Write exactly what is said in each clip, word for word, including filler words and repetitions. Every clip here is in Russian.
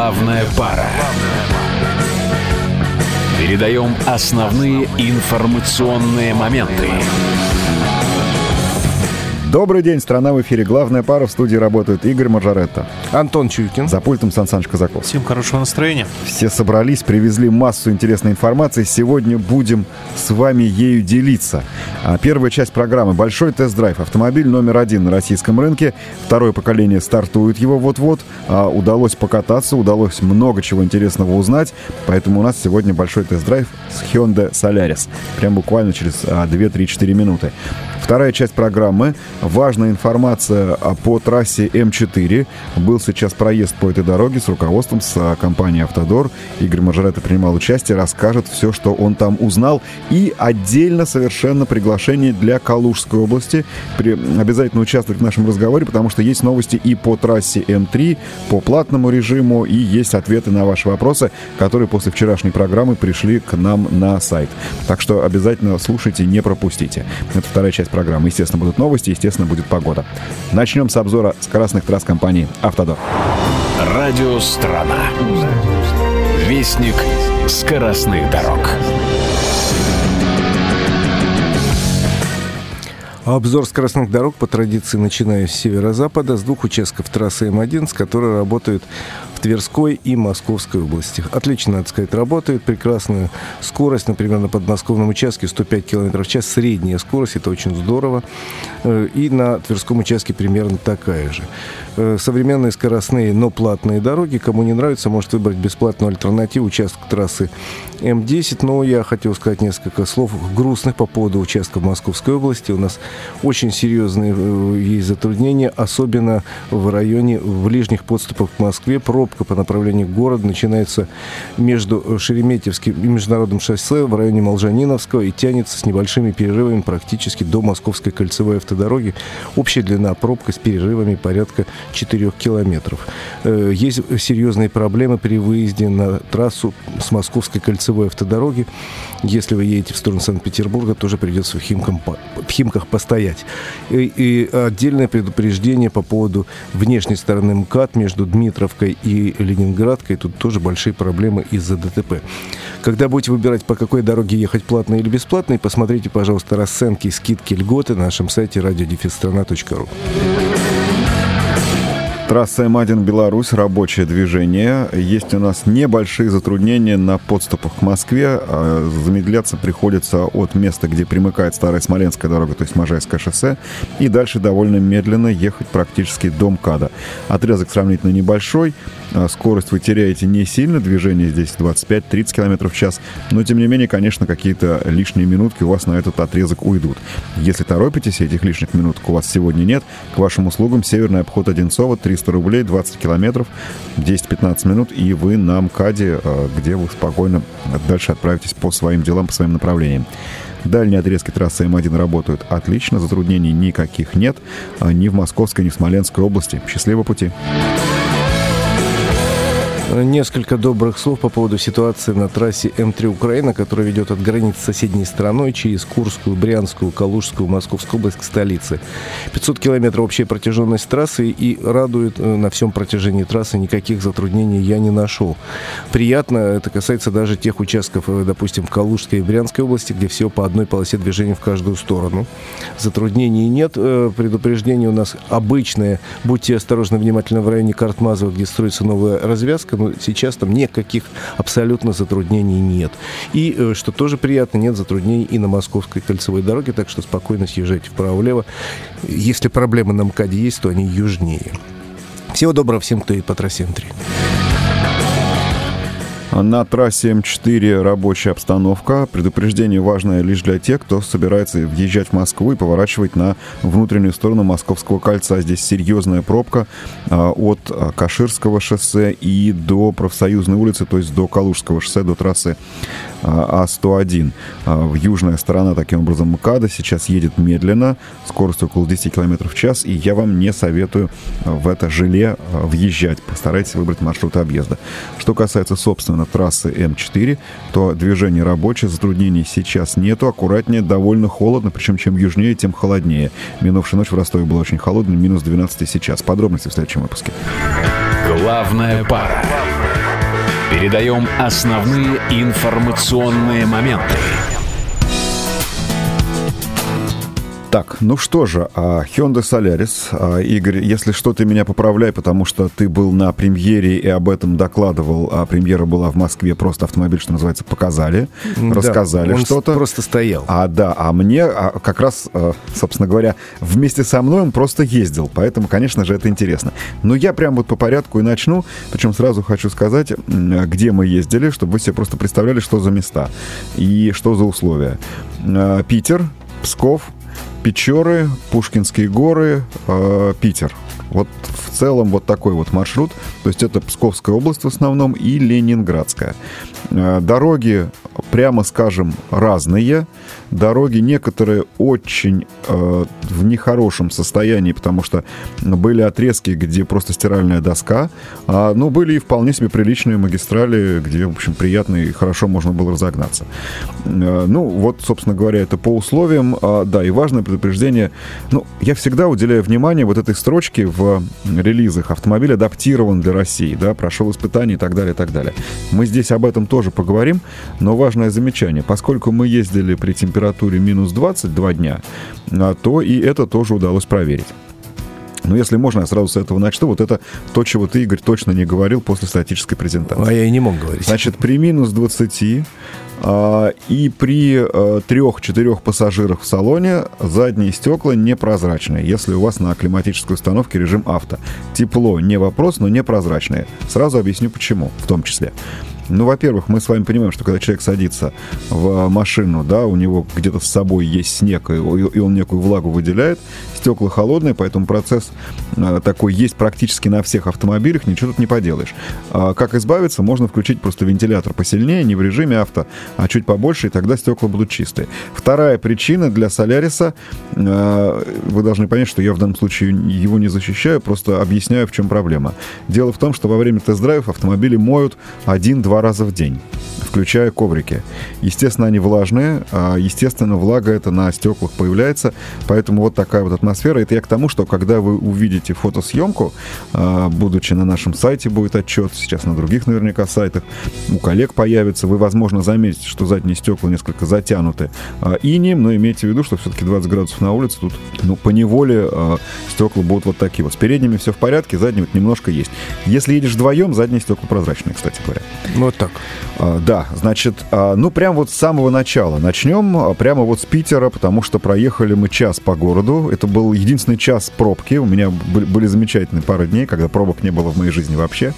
Главная пара. Передаем основные информационные моменты. Добрый день, страна, в эфире «Главная пара». В студии работают Игорь Маржаретто, Антон Чуйкин. За пультом Сан Саныч Казаков. Всем хорошего настроения. Все собрались, привезли массу интересной информации. Сегодня будем с вами ею делиться. Первая часть программы — большой тест-драйв. Автомобиль номер один на российском рынке. Второе поколение стартует его вот-вот. Удалось покататься, удалось много чего интересного узнать. Поэтому у нас сегодня большой тест-драйв с Hyundai Solaris. Прям буквально через две-три-четыре минуты. Вторая часть программы. Важная информация по трассе эм четыре. Был сейчас проезд по этой дороге с руководством, с компанией «Автодор». Игорь Маржаретто принимал участие, расскажет все, что он там узнал. И отдельно совершенно приглашение для Калужской области. При... Обязательно участвовать в нашем разговоре, потому что есть новости и по трассе эм три, по платному режиму, и есть ответы на ваши вопросы, которые после вчерашней программы пришли к нам на сайт. Так что обязательно слушайте, не пропустите. Это вторая часть программы. Естественно, будут новости, естественно, будет погода. Начнем с обзора скоростных трасс компании «Автодор». Радио «Страна». Вестник скоростных дорог. Обзор скоростных дорог по традиции начиная с северо-запада, с двух участков трассы эм один, с которой работают в Тверской и Московской области. Отлично, надо сказать, работает. Прекрасная скорость, например, на подмосковном участке сто пять километров в час. Средняя скорость, это очень здорово. И на Тверском участке примерно такая же. Современные скоростные, но платные дороги. Кому не нравится, может выбрать бесплатную альтернативу, участок трассы эм десять. Но я хотел сказать несколько слов грустных по поводу участка в Московской области. У нас очень серьезные есть затруднения, особенно в районе в ближних подступах к Москве. Пробка по направлению к городу начинается между Шереметьевским и Международным шоссе в районе Молжаниновского и тянется с небольшими перерывами практически до Московской кольцевой автодороги. Общая длина пробка с перерывами порядка четырех километров. Есть серьезные проблемы при выезде на трассу с Московской кольцевой автодороги. Если вы едете в сторону Санкт-Петербурга, тоже придется в, Химкам, в Химках постоять. И, и отдельное предупреждение по поводу внешней стороны МКАД между Дмитровкой и Ленинградкой. Тут тоже большие проблемы из-за ДТП. Когда будете выбирать, по какой дороге ехать, платной или бесплатной, посмотрите, пожалуйста, расценки, скидки, льготы на нашем сайте радио дефис страна точка ру. Трасса эм один Беларусь, рабочее движение. Есть у нас небольшие затруднения на подступах к Москве. Замедляться приходится от места, где примыкает Старая Смоленская дорога, то есть Можайское шоссе, и дальше довольно медленно ехать практически до МКАДа. Отрезок сравнительно небольшой. Скорость вы теряете не сильно, движение здесь двадцать пять-тридцать километров в час, но тем не менее, конечно, какие-то лишние минутки у вас на этот отрезок уйдут. Если торопитесь, этих лишних минуток у вас сегодня нет, к вашим услугам северный обход Одинцова, триста рублей, двадцать километров, десять-пятнадцать минут, и вы на МКАДе, где вы спокойно дальше отправитесь по своим делам, по своим направлениям. Дальние отрезки трассы эм один работают отлично, затруднений никаких нет, ни в Московской, ни в Смоленской области. Счастливого пути! Несколько добрых слов по поводу ситуации на трассе эм три Украина, которая ведет от границ с соседней страной через Курскую, Брянскую, Калужскую, Московскую область к столице. пятьсот километров общая протяженность трассы, и радует, на всем протяжении трассы никаких затруднений я не нашел. Приятно, это касается даже тех участков, допустим, в Калужской и Брянской области, где всего по одной полосе движения в каждую сторону. Затруднений нет, предупреждение у нас обычное. Будьте осторожны, внимательны в районе Картмазова, где строится новая развязка. Но сейчас там никаких абсолютно затруднений нет. И, что тоже приятно, нет затруднений и на Московской кольцевой дороге, так что спокойно съезжайте вправо-влево. Если проблемы на МКАДе есть, то они южнее. Всего доброго всем, кто едет по трассе эм три. На трассе эм четыре рабочая обстановка. Предупреждение важное лишь для тех, кто собирается въезжать в Москву и поворачивать на внутреннюю сторону Московского кольца. Здесь серьезная пробка от Каширского шоссе и до Профсоюзной улицы, то есть до Калужского шоссе, до трассы А сто один. В южная сторона, таким образом, МКАДа сейчас едет медленно, скорость около десять километров в час, и я вам не советую в это желе въезжать. Постарайтесь выбрать маршрут объезда. Что касается, собственно, трассы эм четыре, то движение рабочее, затруднений сейчас нету, аккуратнее, довольно холодно, причем чем южнее, тем холоднее. Минувшая ночь в Ростове была очень холодной, минус двенадцать сейчас. Подробности в следующем выпуске. Главная пара. Передаем основные информационные моменты. Так, ну что же, Hyundai Solaris. Игорь, если что, ты меня поправляй, потому что ты был на премьере и об этом докладывал. А премьера была в Москве, просто автомобиль, что называется, показали, да, рассказали он что-то. Просто стоял. А, да, а мне а, как раз, собственно говоря, вместе со мной он просто ездил, поэтому, конечно же, это интересно. Но я прям вот по порядку и начну, причем сразу хочу сказать, где мы ездили, чтобы вы себе просто представляли, что за места и что за условия. Питер, Псков, Печоры, Пушкинские горы, э, Питер. Вот в целом вот такой вот маршрут. То есть это Псковская область в основном и Ленинградская. Э, дороги, прямо скажем, разные. Дороги некоторые очень э, в нехорошем состоянии, потому что были отрезки, где просто стиральная доска. А, ну, были и вполне себе приличные магистрали, где, в общем, приятно и хорошо можно было разогнаться. Э, ну, вот, собственно говоря, это по условиям. А, да, и важное предупреждение. Ну, я всегда уделяю внимание вот этой строчке в релизах. Автомобиль адаптирован для России, да, прошел испытания и так далее, и так далее. Мы здесь об этом тоже поговорим, но важное замечание. Поскольку мы ездили при температуре минус двадцать два дня, то и это тоже удалось проверить. Но если можно, я сразу с этого начну. Вот это то, чего ты, Игорь, точно не говорил после статической презентации. А я и не мог говорить. Значит, при минус двадцати а, и при а, трех-четырех пассажирах в салоне задние стекла непрозрачные, если у вас на климатической установке режим авто. Тепло не вопрос, но непрозрачные. Сразу объясню, почему, в том числе. Ну, во-первых, мы с вами понимаем, что когда человек садится в машину, да, у него где-то с собой есть снег, и он некую влагу выделяет, стекла холодные, поэтому процесс такой есть практически на всех автомобилях, ничего тут не поделаешь. А как избавиться? Можно включить просто вентилятор посильнее, не в режиме авто, а чуть побольше, и тогда стекла будут чистые. Вторая причина для Соляриса, вы должны понять, что я в данном случае его не защищаю, просто объясняю, в чем проблема. Дело в том, что во время тест-драйвов автомобили моют один-два раза в день, включая коврики. Естественно, они влажные, а, естественно, влага это на стеклах появляется, поэтому вот такая вот атмосфера. Это я к тому, что когда вы увидите фотосъемку, а, будучи на нашем сайте будет отчет, сейчас на других наверняка сайтах, у коллег появится, вы, возможно, заметите, что задние стекла несколько затянуты а, инеем, но имейте в виду, что все-таки двадцать градусов на улице, тут, ну, поневоле а, стекла будут вот такие вот. С передними все в порядке, задние вот немножко есть. Если едешь вдвоем, задние стекла прозрачные, кстати говоря. Вот так. А, да, значит, а, ну прям вот с самого начала начнем, а, прямо вот с Питера, потому что проехали мы час по городу. Это был единственный час пробки. У меня были, были замечательные пары дней, когда пробок не было в моей жизни вообще.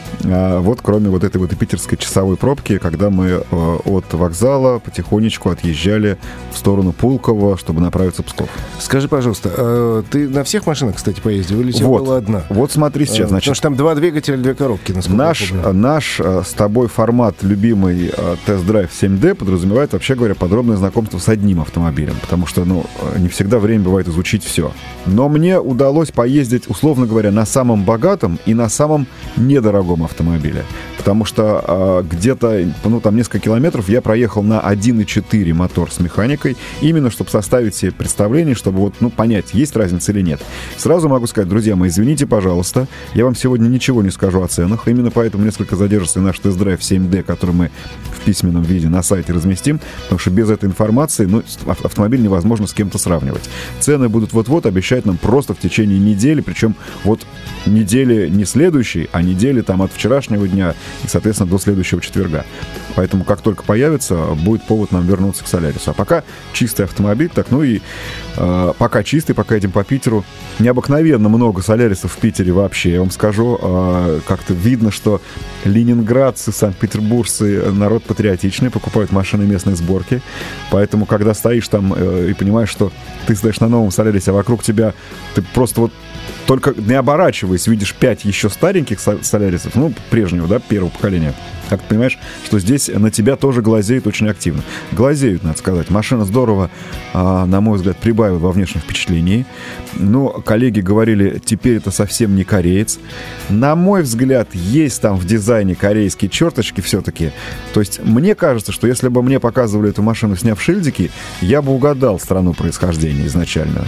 А, вот кроме вот этой вот питерской часовой пробки, когда мы а, от вокзала потихонечку отъезжали в сторону Пулково, чтобы направиться в Псков. Скажи, пожалуйста, а ты на всех машинах, кстати, поездил, или у тебя вот, была одна? Вот смотри сейчас. Значит, потому что там два двигателя, две коробки. Наш, наш а, с тобой формат любимый а, тест-драйв семь дэ подразумевает, вообще говоря, подробное знакомство с одним автомобилем, потому что, ну, не всегда время бывает изучить все. Но мне удалось поездить, условно говоря, на самом богатом и на самом недорогом автомобиле, потому что а, где-то, ну, там несколько километров я проехал на один и четыре мотор с механикой, именно чтобы составить себе представление, чтобы вот, ну, понять, есть разница или нет. Сразу могу сказать, друзья мои, извините, пожалуйста, я вам сегодня ничего не скажу о ценах, именно поэтому несколько задержится наш тест-драйв семь дэ, который мы в письменном виде на сайте разместим, потому что без этой информации, ну, автомобиль невозможно с кем-то сравнивать. Цены будут вот-вот, обещать нам просто в течение недели, причем вот недели не следующей, а недели там от вчерашнего дня и, соответственно, до следующего четверга. Поэтому, как только появится, будет повод нам вернуться к Солярису. А пока чистый автомобиль, так, ну и э, пока чистый, пока едем по Питеру, необыкновенно много Солярисов в Питере вообще, я вам скажу. Э, как-то видно, что ленинградцы, санкт-петербуржцы народ патриотичный, покупают машины местной сборки. Поэтому, когда стоишь там э, и понимаешь, что ты стоишь на новом Солярисе, а вокруг тебя ты просто вот только не оборачиваясь, видишь пять еще стареньких Солярисов, ну, прежнего, да, первого поколения. Как ты понимаешь, что здесь на тебя тоже глазеют очень активно. Глазеют, надо сказать. Машина здорово, а, на мой взгляд, прибавила во внешнем впечатлении. Но коллеги говорили, теперь это совсем не кореец. На мой взгляд, есть там в дизайне корейские черточки все-таки. То есть мне кажется, что если бы мне показывали эту машину, сняв шильдики, я бы угадал страну происхождения изначально.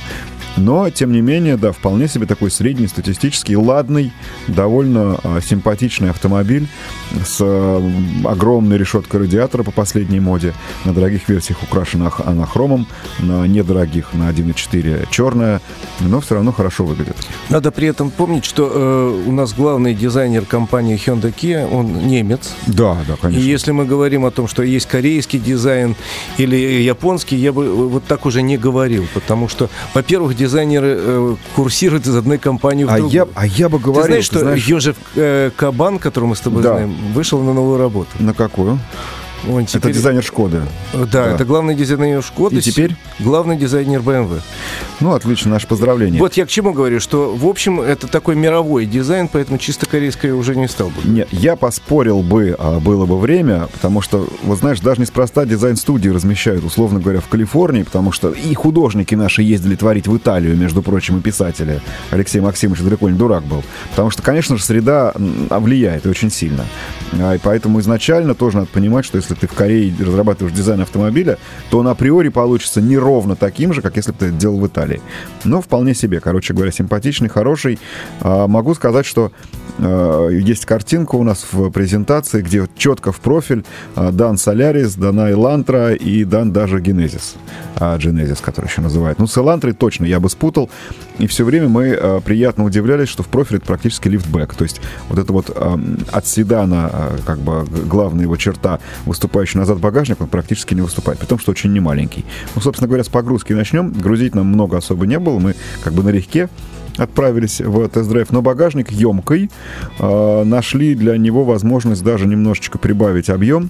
Но, тем не менее, да, вполне себе такой среднестатистический, ладный, довольно а, симпатичный автомобиль с а, огромной решеткой радиатора по последней моде. На дорогих версиях украшена анахромом, на недорогих на один и четыре черная, но все равно хорошо выглядит. Надо при этом помнить, что э, у нас главный дизайнер компании Hyundai Kia, он немец. Да, да, конечно. И если мы говорим о том, что есть корейский дизайн или японский, я бы вот так уже не говорил, потому что, во-первых, дизайнеры э, курсируют из одной компании в а другую. Я, а я бы говорил... Ты знаешь, что знаешь... Йожеф э, Кабан, которого мы с тобой да. знаем, вышел на новую работу. На какую? Он теперь... Это дизайнер Шкоды. Да, да, это главный дизайнер Шкоды. И теперь? Главный дизайнер бэ эм вэ. Ну, отлично, наше поздравление. Вот я к чему говорю, что, в общем, это такой мировой дизайн, поэтому чисто корейское уже не стал бы. Нет, я поспорил бы, а было бы время, потому что, вот знаешь, даже неспроста дизайн-студии размещают, условно говоря, в Калифорнии, потому что и художники наши ездили творить в Италию, между прочим, и писатели. Алексей Максимович далеко не дурак был. Потому что, конечно же, среда влияет очень сильно. И поэтому изначально тоже надо понимать, что если ты в Корее разрабатываешь дизайн автомобиля, то он априори получится не ровно таким же, как если бы ты это делал в Италии. Но вполне себе, короче говоря, симпатичный, хороший. А, могу сказать, что а, есть картинка у нас в презентации, где четко в профиль а, дан Солярис, дана Элантра и дан даже Генезис. А, Genesis, который еще называют. Ну, с Элантрой точно я бы спутал. И все время мы а, приятно удивлялись, что в профиле это практически лифтбэк. То есть вот это вот а, от седана, а, как бы главная его черта, выступающая назад багажник, он практически не выступает, при том, что очень немаленький. Ну, собственно говоря, с погрузки начнем. Грузить нам много особо не было. Мы как бы налегке отправились в тест-драйв, но багажник емкий. Э, нашли для него возможность даже немножечко прибавить объем.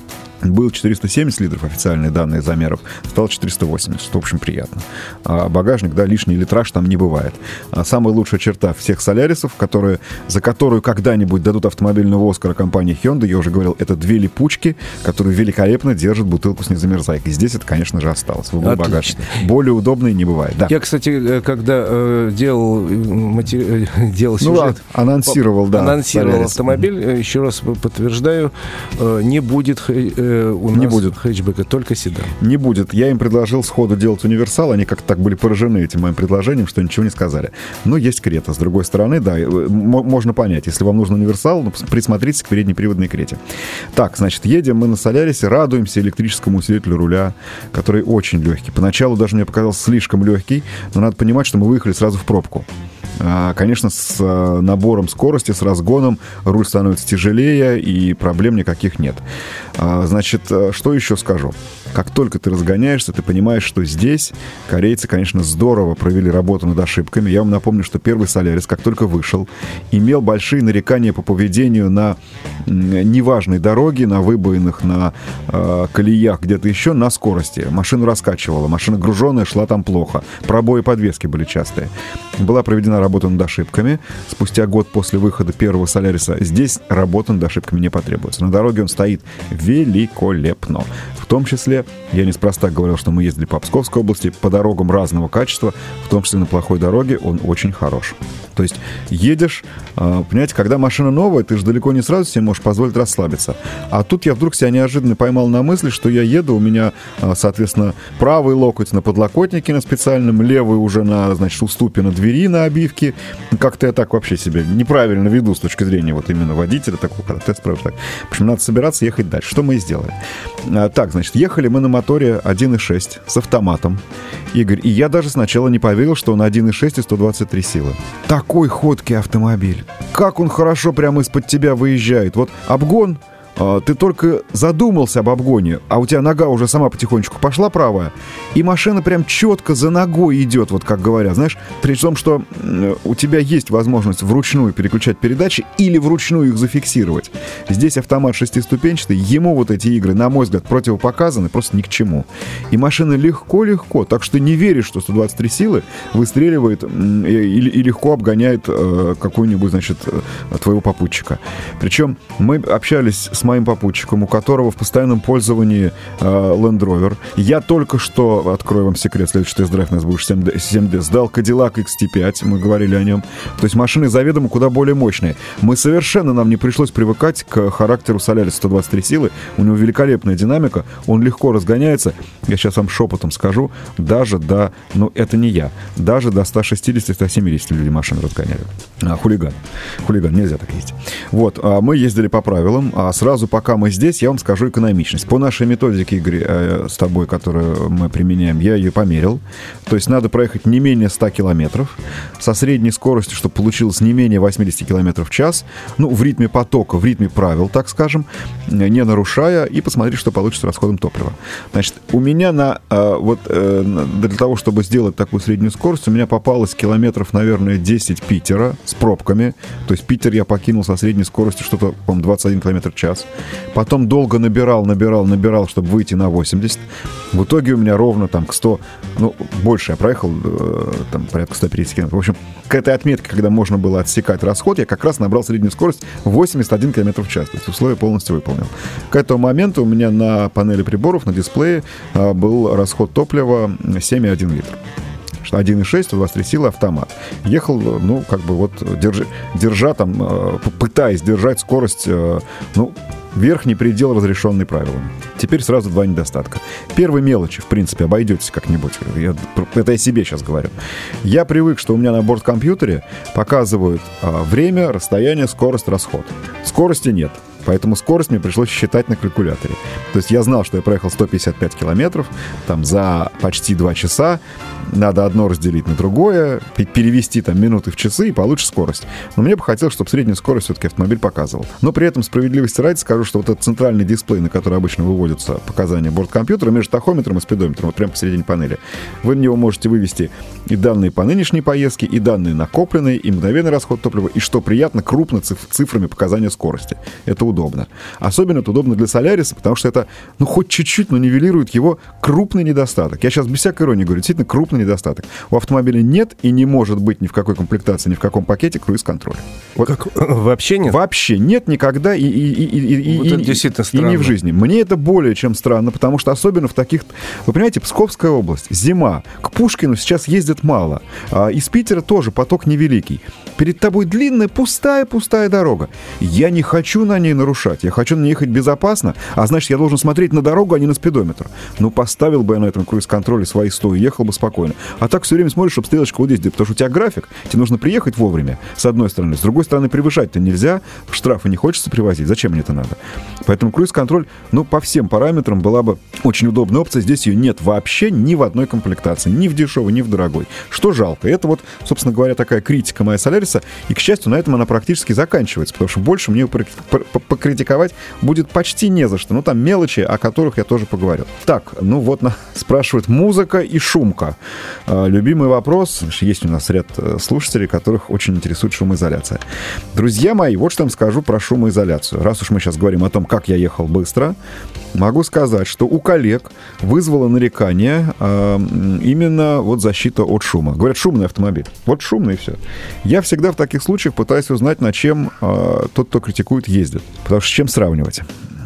Был четыреста семьдесят литров, официальные данные замеров, стало четыреста восемьдесят, в общем, приятно. А багажник, да, лишний литраж там не бывает. А самая лучшая черта всех солярисов, которые, за которую когда-нибудь дадут автомобильного Оскара компании Hyundai, я уже говорил, это две липучки, которые великолепно держат бутылку с незамерзайкой. Здесь это, конечно же, осталось в углу багажника. Более удобной не бывает. Да. Я, кстати, когда э, делал, матери... делал сюжет... Ну, ладно, анонсировал, да. Анонсировал солярис. автомобиль, еще раз подтверждаю, э, не будет... Э, у не нас будет хэтчбека, только седан. Не будет. Я им предложил сходу делать универсал. Они как-то так были поражены этим моим предложением, что ничего не сказали. Но есть Крета. С другой стороны, да, можно понять. Если вам нужен универсал, ну, присмотритесь к переднеприводной Крете. Так, значит, едем мы на Солярисе, радуемся электрическому усилителю руля, который очень легкий. Поначалу даже мне показался слишком легкий, но надо понимать, что мы выехали сразу в пробку. Конечно, с набором скорости, с разгоном руль становится тяжелее, и проблем никаких нет. Значит, что еще скажу? Как только ты разгоняешься, ты понимаешь, что здесь корейцы, конечно, здорово провели работу над ошибками. Я вам напомню, что первый Солярис, как только вышел, имел большие нарекания по поведению на неважной дороге, на выбоинах, на э, колеях, где-то еще, на скорости. Машину раскачивала, машина груженная, шла там плохо. Пробои подвески были частые. Была проведена работа над ошибками. Спустя год после выхода первого Соляриса здесь работа над ошибками не потребуется. На дороге он стоит великолепно. В том числе, я неспроста говорил, что мы ездили по Псковской области по дорогам разного качества, в том числе на плохой дороге он очень хорош. То есть едешь, понимаете, когда машина новая, ты же далеко не сразу себе можешь позволить расслабиться. А тут я вдруг себя неожиданно поймал на мысли, что я еду, у меня, соответственно, правый локоть на подлокотнике на специальном, левый уже на, значит, уступе на двери, на обивке. Как-то я так вообще себя неправильно веду с точки зрения вот именно водителя такого, когда тест проводишь так. В общем, надо собираться ехать дальше. Что мы и сделали. Так, значит, ехали мы на моторе один и шесть с автоматом, Игорь. И я даже сначала не поверил, что он один и шесть и сто двадцать три силы. Такой ходкий автомобиль. Как он хорошо прямо из-под тебя выезжает. Вот обгон, ты только задумался об обгоне, а у тебя нога уже сама потихонечку пошла правая, и машина прям четко за ногой идет, вот как говорят, знаешь, при том, что у тебя есть возможность вручную переключать передачи или вручную их зафиксировать. Здесь автомат шестиступенчатый, ему вот эти игры, на мой взгляд, противопоказаны просто ни к чему. И машина легко-легко, так что не веришь, что сто двадцать три силы выстреливает и, и легко обгоняет какую-нибудь, значит, твоего попутчика. Причем мы общались с с моим попутчиком, у которого в постоянном пользовании э, Land Rover. Я только что, открою вам секрет, следующий тест-драйв у нас будет семь дэ, сдал Cadillac икс ти пять, мы говорили о нем. То есть машины заведомо куда более мощные. Мы совершенно, нам не пришлось привыкать к характеру Solaris сто двадцать три силы. У него великолепная динамика, он легко разгоняется. Я сейчас вам шепотом скажу, даже до, ну это не я, даже до сто шестьдесят - сто семьдесят люди машины разгоняют. А, хулиган. Хулиган, нельзя так ездить. Вот, а мы ездили по правилам, а сразу пока мы здесь, я вам скажу экономичность. По нашей методике, Игорь, э, с тобой, которую мы применяем, я ее померил. То есть надо проехать не менее ста километров со средней скоростью, чтобы получилось не менее восемьдесят километров в час. Ну, в ритме потока, в ритме правил, так скажем, не нарушая, и посмотреть, что получится с расходом топлива. Значит, у меня на, э, вот, э, для того, чтобы сделать такую среднюю скорость, у меня попалось километров, наверное, десять Питера с пробками. То есть Питер я покинул со средней скоростью что-то, по-моему, двадцать один километр в час. Потом долго набирал, набирал, набирал, чтобы выйти на восемьдесят. В итоге у меня ровно там к ста, ну, больше я проехал, э, там, порядка ста пятидесяти километров. В общем, к этой отметке, когда можно было отсекать расход, я как раз набрал среднюю скорость восемьдесят один километр в час. То есть условия полностью выполнил. К этому моменту у меня на панели приборов, на дисплее э, был расход топлива семь и один литр. один и шесть, сто двадцать три силы, автомат. Ехал, ну, как бы вот, держи, держа там, пытаясь держать скорость, ну, верхний предел, разрешенный правилами. Теперь сразу два недостатка. Первой мелочи, в принципе, обойдетесь как-нибудь. Я, это я себе сейчас говорю. Я привык, что у меня на борт-компьютере показывают а, время, расстояние, скорость, расход. Скорости нет. Поэтому скорость мне пришлось считать на калькуляторе. То есть я знал, что я проехал сто пятьдесят пять километров там, за почти два часа. Надо одно разделить на другое, перевести там минуты в часы, и получишь скорость. Но мне бы хотелось, чтобы среднюю скорость все-таки автомобиль показывал. Но при этом, справедливости ради, скажу, что вот этот центральный дисплей, на который обычно выводятся показания борткомпьютера, между тахометром и спидометром, вот прямо посередине панели, вы на него можете вывести и данные по нынешней поездке, и данные накопленные, и мгновенный расход топлива, и, что приятно, крупно циф- цифрами показания скорости. Это удобно. Особенно это удобно для Соляриса, потому что это, ну, хоть чуть-чуть, но нивелирует его крупный недостаток. Я сейчас без всякой иронии говорю, действительно крупный недостаток. У автомобиля нет и не может быть ни в какой комплектации, ни в каком пакете круиз-контроля. Вот. Как? Вообще нет? Вообще нет никогда и, и, и, и, вот и, это действительно и странно. не в жизни. Мне это более чем странно, потому что особенно в таких... Вы понимаете, Псковская область, зима. К Пушкину сейчас ездят мало. А из Питера тоже поток невеликий. Перед тобой длинная, пустая-пустая дорога. Я не хочу на ней нарушать. Я хочу на ней ехать безопасно, а значит, я должен смотреть на дорогу, а не на спидометр. Ну, поставил бы я на этом круиз-контроле свои сто и ехал бы спокойно. А так все время смотришь, чтобы стрелочка вот здесь, потому что у тебя график, тебе нужно приехать вовремя, с одной стороны. С другой стороны, превышать-то нельзя, штрафы не хочется привозить. Зачем мне это надо? Поэтому круиз-контроль, ну, по всем параметрам была бы очень удобная опция. Здесь ее нет вообще ни в одной комплектации. Ни в дешевой, ни в дорогой. Что жалко. Это вот, собственно говоря, такая критика моя Соляриса. И, к счастью, на этом она практически заканчивается, потому что больше мне покритиковать будет почти не за что. Ну, там мелочи, о которых я тоже поговорю. Так, ну вот, на, спрашивают, музыка и шумка. А, любимый вопрос. Есть у нас ряд слушателей, которых очень интересует шумоизоляция. Друзья мои, вот что я вам скажу про шумоизоляцию. Раз уж мы сейчас говорим о том, как я ехал быстро, могу сказать, что у коллег вызвало нарекание а, именно вот защита от шума. Говорят, шумный автомобиль. Вот шумный и все. Я всегда в таких случаях пытаюсь узнать, на чем а, тот, кто критикует, ездит. Потому что с чем сравнивать?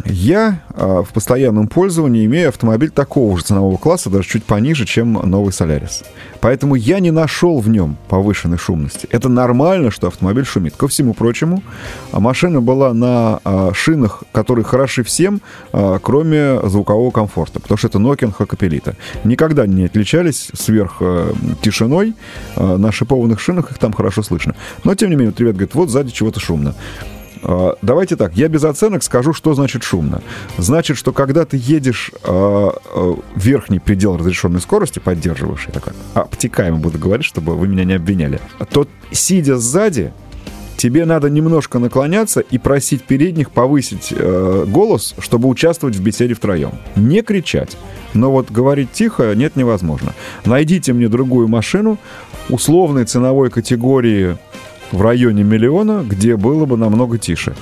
Я а, в постоянном пользовании имею автомобиль такого же ценового класса, даже чуть пониже, чем новый Solaris. Поэтому я не нашел в нем повышенной шумности. Это нормально, что автомобиль шумит. Ко всему прочему, машина была на а, шинах, которые хороши всем, а, кроме звукового комфорта, потому что это Nokian Hakkapeliitta. Никогда не отличались сверх а, тишиной. А, на шипованных шинах их там хорошо слышно. Но, тем не менее, вот ребят говорят, вот сзади чего-то шумно. Давайте так, я без оценок скажу, что значит шумно. Значит, что когда ты едешь э, э, верхний предел разрешенной скорости, поддерживаешь, я такой обтекаемо буду говорить, чтобы вы меня не обвиняли, то, сидя сзади, тебе надо немножко наклоняться и просить передних повысить э, голос, чтобы участвовать в беседе втроем. Не кричать, но вот говорить тихо нет, невозможно. Найдите мне другую машину условной ценовой категории в районе миллиона, где было бы намного тише.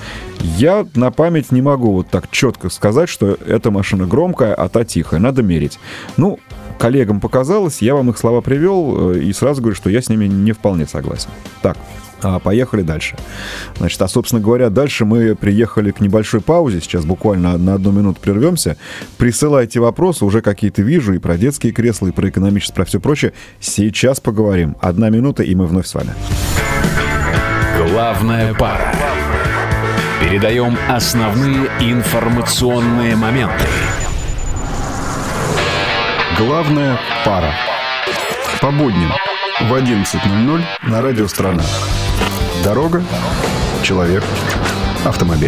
Я на память не могу вот так четко сказать, что эта машина громкая, а та тихая. Надо мерить. Ну, коллегам показалось, я вам их слова привел и сразу говорю, что я с ними не вполне согласен. Так, А, поехали дальше. Значит, а, собственно говоря, дальше мы приехали к небольшой паузе. Сейчас буквально на одну минуту прервемся. Присылайте вопросы, уже какие-то вижу, и про детские кресла, и про экономическое, про все прочее. Сейчас поговорим. Одна минута, и мы вновь с вами. Главная пара. Передаем основные информационные моменты. Главная пара. По будням в одиннадцать ноль ноль на радио «Страна». Дорога, человек, автомобиль.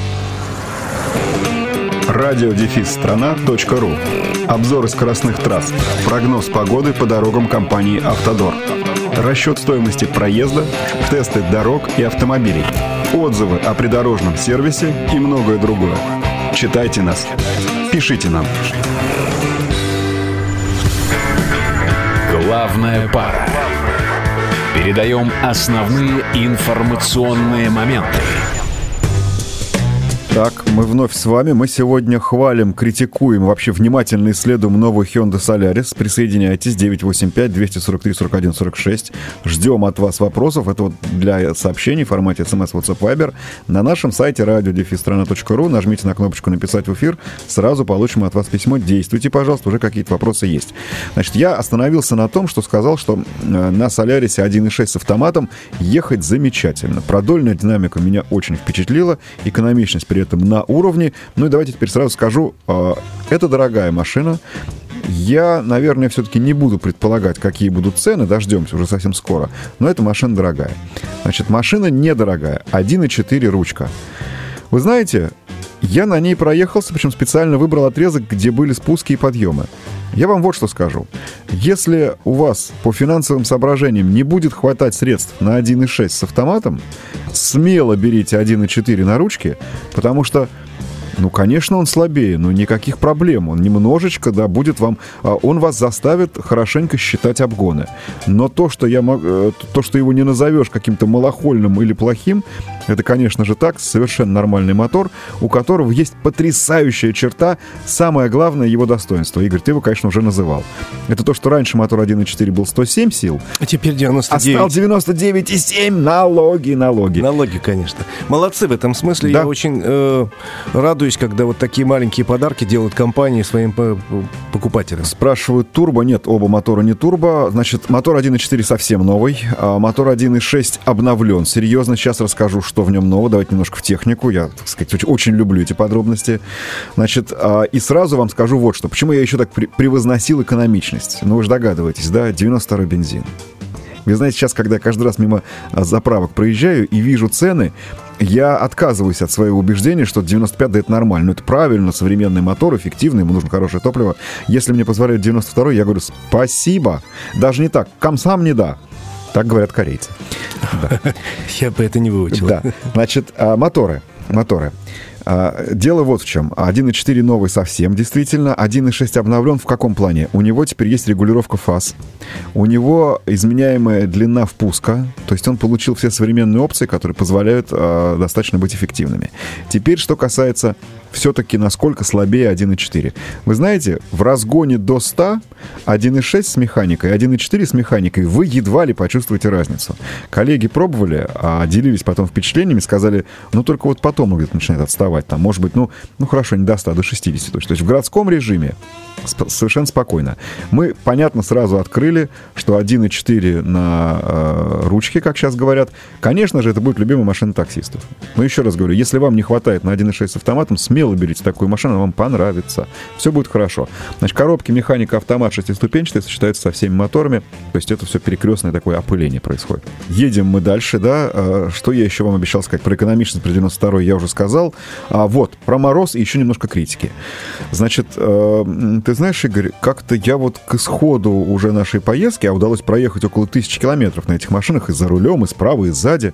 радио-дефис страна точка ру. Обзоры скоростных трасс. Прогноз погоды по дорогам компании «Автодор». Расчет стоимости проезда, тесты дорог и автомобилей. Отзывы о придорожном сервисе и многое другое. Читайте нас. Пишите нам. Главная пара. Передаем основные информационные моменты. Так, мы вновь с вами. Мы сегодня хвалим, критикуем, вообще внимательно исследуем новую Hyundai Solaris. Присоединяйтесь. девять восемь пять двести сорок три сорок один сорок шесть. Ждем от вас вопросов. Это вот для сообщений в формате смс, WhatsApp, Viber. На нашем сайте радио-дефис страна точка ру нажмите на кнопочку «Написать в эфир». Сразу получим от вас письмо. Действуйте, пожалуйста. Уже какие-то вопросы есть. Значит, я остановился на том, что сказал, что на Solaris один и шесть с автоматом ехать замечательно. Продольная динамика меня очень впечатлила. Экономичность при этом на уровне. Ну и давайте теперь сразу скажу, э, это дорогая машина. Я, наверное, все-таки не буду предполагать, какие будут цены, дождемся уже совсем скоро. Но эта машина дорогая. Значит, машина недорогая. один и четыре ручка. Вы знаете, я на ней проехался, причем специально выбрал отрезок, где были спуски и подъемы. Я вам вот что скажу. Если у вас по финансовым соображениям не будет хватать средств на один и шесть с автоматом, смело берите один и четыре на ручке, потому что, ну, конечно, он слабее, но никаких проблем. Он немножечко, да, будет вам... Он вас заставит хорошенько считать обгоны. Но то, что, я мог, то, что его не назовешь каким-то малохольным или плохим, это, конечно же, так, совершенно нормальный мотор, у которого есть потрясающая черта, самое главное его достоинство. Игорь, ты его, конечно, уже называл. Это то, что раньше мотор один и четыре был сто семь сил, а теперь девяносто девять. А стал девяносто девять и семь. Налоги, налоги. Налоги, конечно. Молодцы в этом смысле. Да. Я очень э, радуюсь, когда вот такие маленькие подарки делают компании своим покупателям. Спрашивают, турбо? Нет, оба мотора не турбо. Значит, мотор один и четыре совсем новый, а мотор один и шесть обновлен. Серьезно, сейчас расскажу, что в нем нового. Давайте немножко в технику. Я, так сказать, очень, очень люблю эти подробности. Значит, а, и сразу вам скажу вот что. Почему я еще так при, превозносил экономичность? Ну, вы же догадываетесь, да? девяносто второй бензин. Вы знаете, сейчас, когда я каждый раз мимо заправок проезжаю и вижу цены, я отказываюсь от своего убеждения, что девяносто пять, да, это нормально. Но это правильно, современный мотор, эффективный, ему нужно хорошее топливо. Если мне позволяют девяносто второй, я говорю спасибо. Даже не так. Комсам не да. Так говорят корейцы. Да. Я бы это не выучил. Да. Значит, моторы. Моторы. Дело вот в чем. один и четыре новый совсем, действительно. один и шесть обновлен в каком плане? У него теперь есть регулировка фаз. У него изменяемая длина впуска. То есть он получил все современные опции, которые позволяют э, достаточно быть эффективными. Теперь, что касается все-таки насколько слабее один и четыре. Вы знаете, в разгоне до ста один и шесть с механикой, один и четыре с механикой вы едва ли почувствуете разницу. Коллеги пробовали, а делились потом впечатлениями, сказали, ну только вот потом он где-то начинает отставать. Там, может быть, ну, ну хорошо, не до ста, до шестидесяти точно. То есть в городском режиме сп- совершенно спокойно. Мы, понятно, сразу открыли, что один и четыре на э, ручке, как сейчас говорят, конечно же, это будет любимая машина таксистов. Но еще раз говорю, если вам не хватает на один и шесть с автоматом, смело берите такую машину, она вам понравится. Все будет хорошо. Значит, коробки, механика, автомат шестиступенчатый, сочетаются со всеми моторами. То есть это все перекрестное такое опыление происходит. Едем мы дальше, да. Что я еще вам обещал сказать? Про экономичность, про девяносто второй я уже сказал. А вот, про мороз и еще немножко критики. Значит, э, ты знаешь, Игорь, как-то я вот к исходу уже нашей поездки, а удалось проехать около тысячи километров на этих машинах и за рулем, и справа, и сзади,